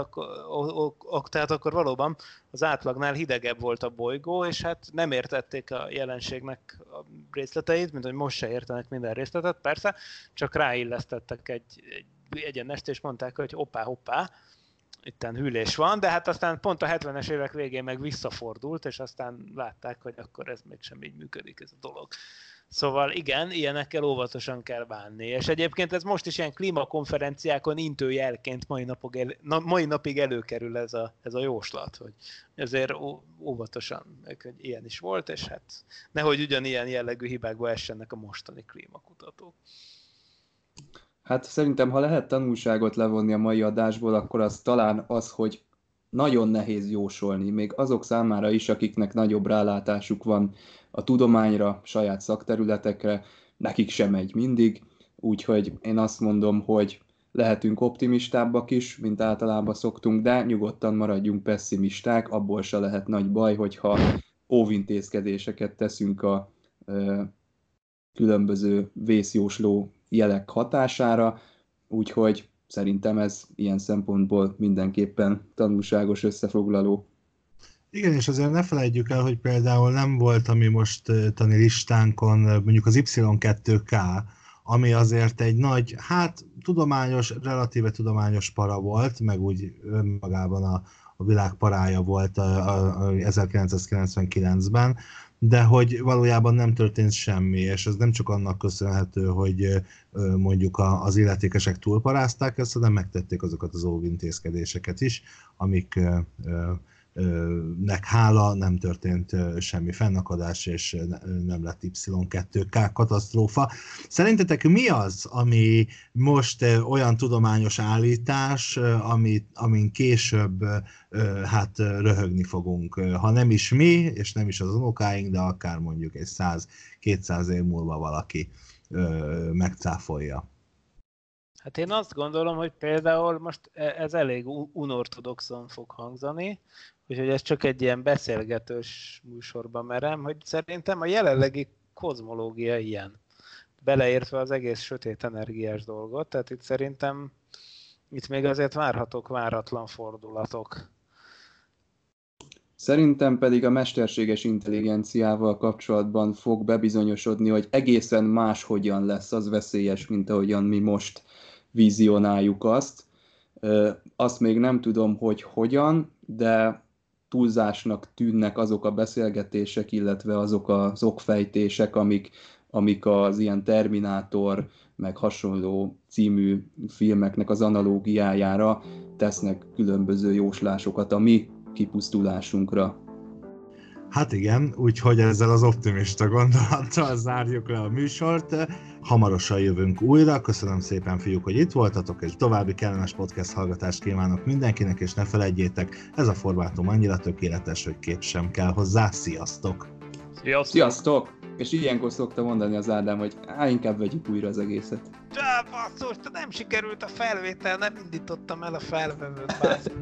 akkor valóban az átlagnál hidegebb volt a bolygó, és hát nem értették a jelenségnek a részleteit, mint hogy most se értenek minden részletet, persze, csak ráillesztettek egy egyenest, és mondták, hogy hoppá, itten hűlés van, de hát aztán pont a 70-es évek végén meg visszafordult, és aztán látták, hogy akkor ez mégsem így működik ez a dolog. Szóval igen, ilyenekkel óvatosan kell bánni. És egyébként ez most is ilyen klímakonferenciákon intőjelként mai napig előkerül ez a jóslat, hogy ezért óvatosan, hogy ilyen is volt, és hát nehogy ugyanilyen jellegű hibákba essenek a mostani klímakutatók. Hát szerintem, ha lehet tanulságot levonni a mai adásból, akkor az talán az, hogy nagyon nehéz jósolni, még azok számára is, akiknek nagyobb rálátásuk van a tudományra, saját szakterületekre, nekik sem megy mindig, úgyhogy én azt mondom, hogy lehetünk optimistábbak is, mint általában szoktunk, de nyugodtan maradjunk pessimisták, abból se lehet nagy baj, hogyha óvintézkedéseket teszünk a különböző vészjósló jelek hatására, úgyhogy szerintem ez ilyen szempontból mindenképpen tanulságos összefoglaló. Igen, és azért ne felejtjük el, hogy például nem volt a mi mostani listánkon mondjuk az Y2K, ami azért egy nagy, hát relatíve tudományos para volt, meg úgy önmagában a világ parája volt 1999-ben, de hogy valójában nem történt semmi, és ez nem csak annak köszönhető, hogy mondjuk az illetékesek túlparázták ezt, hanem megtették azokat az óvintézkedéseket is, amiknek hála nem történt semmi fennakadás, és nem lett Y2K katasztrófa. Szerintetek mi az, ami most olyan tudományos állítás, amin később hát röhögni fogunk? Ha nem is mi, és nem is az unokáink, de akár mondjuk egy 100-200 év múlva valaki megcáfolja. Hát én azt gondolom, hogy például most ez elég unortodoxon fog hangzani, úgyhogy ez csak egy ilyen beszélgetős műsorban merem, hogy szerintem a jelenlegi kozmológia ilyen. Beleértve az egész sötét energiás dolgot, tehát itt szerintem itt még azért várhatók váratlan fordulatok. Szerintem pedig a mesterséges intelligenciával kapcsolatban fog bebizonyosodni, hogy egészen máshogyan lesz az veszélyes, mint ahogyan mi most vizionáljuk azt. Azt még nem tudom, hogy hogyan, de túlzásnak tűnnek azok a beszélgetések, illetve azok az okfejtések, amik az ilyen Terminátor, meg hasonló című filmeknek az analógiájára tesznek különböző jóslásokat a mi kipusztulásunkra. Hát igen, úgyhogy ezzel az optimista gondolattal zárjuk le a műsort. Hamarosan jövünk újra. Köszönöm szépen, fiúk, hogy itt voltatok, és további kellemes podcast hallgatást kívánok mindenkinek, és ne felejtjétek, ez a formátum annyira tökéletes, hogy kép sem kell hozzá. Sziasztok! Sziasztok! És ilyenkor szokta mondani az Ádám, hogy inkább vegyük újra az egészet. Basszus, nem sikerült a felvétel, nem indítottam el a felvevőt, basszus.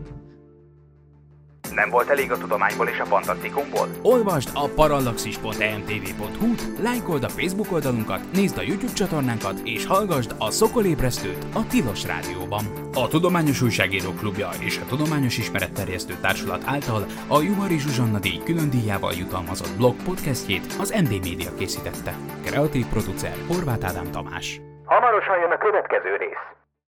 Nem volt elég a tudományból és a fantasztikumból? Olvasd a parallaxis.emtv.hu-t, lájkold a Facebook oldalunkat, nézd a YouTube csatornánkat, és hallgasd a Szokolébresztőt a Tilos Rádióban. A Tudományos Újságírók Klubja és a Tudományos Ismeretterjesztő Társulat által a Juhari Zsuzsanna díj külön díjával jutalmazott blog podcastjét az MD Media készítette. Kreatív producer Horváth Ádám Tamás. Hamarosan jön a következő rész.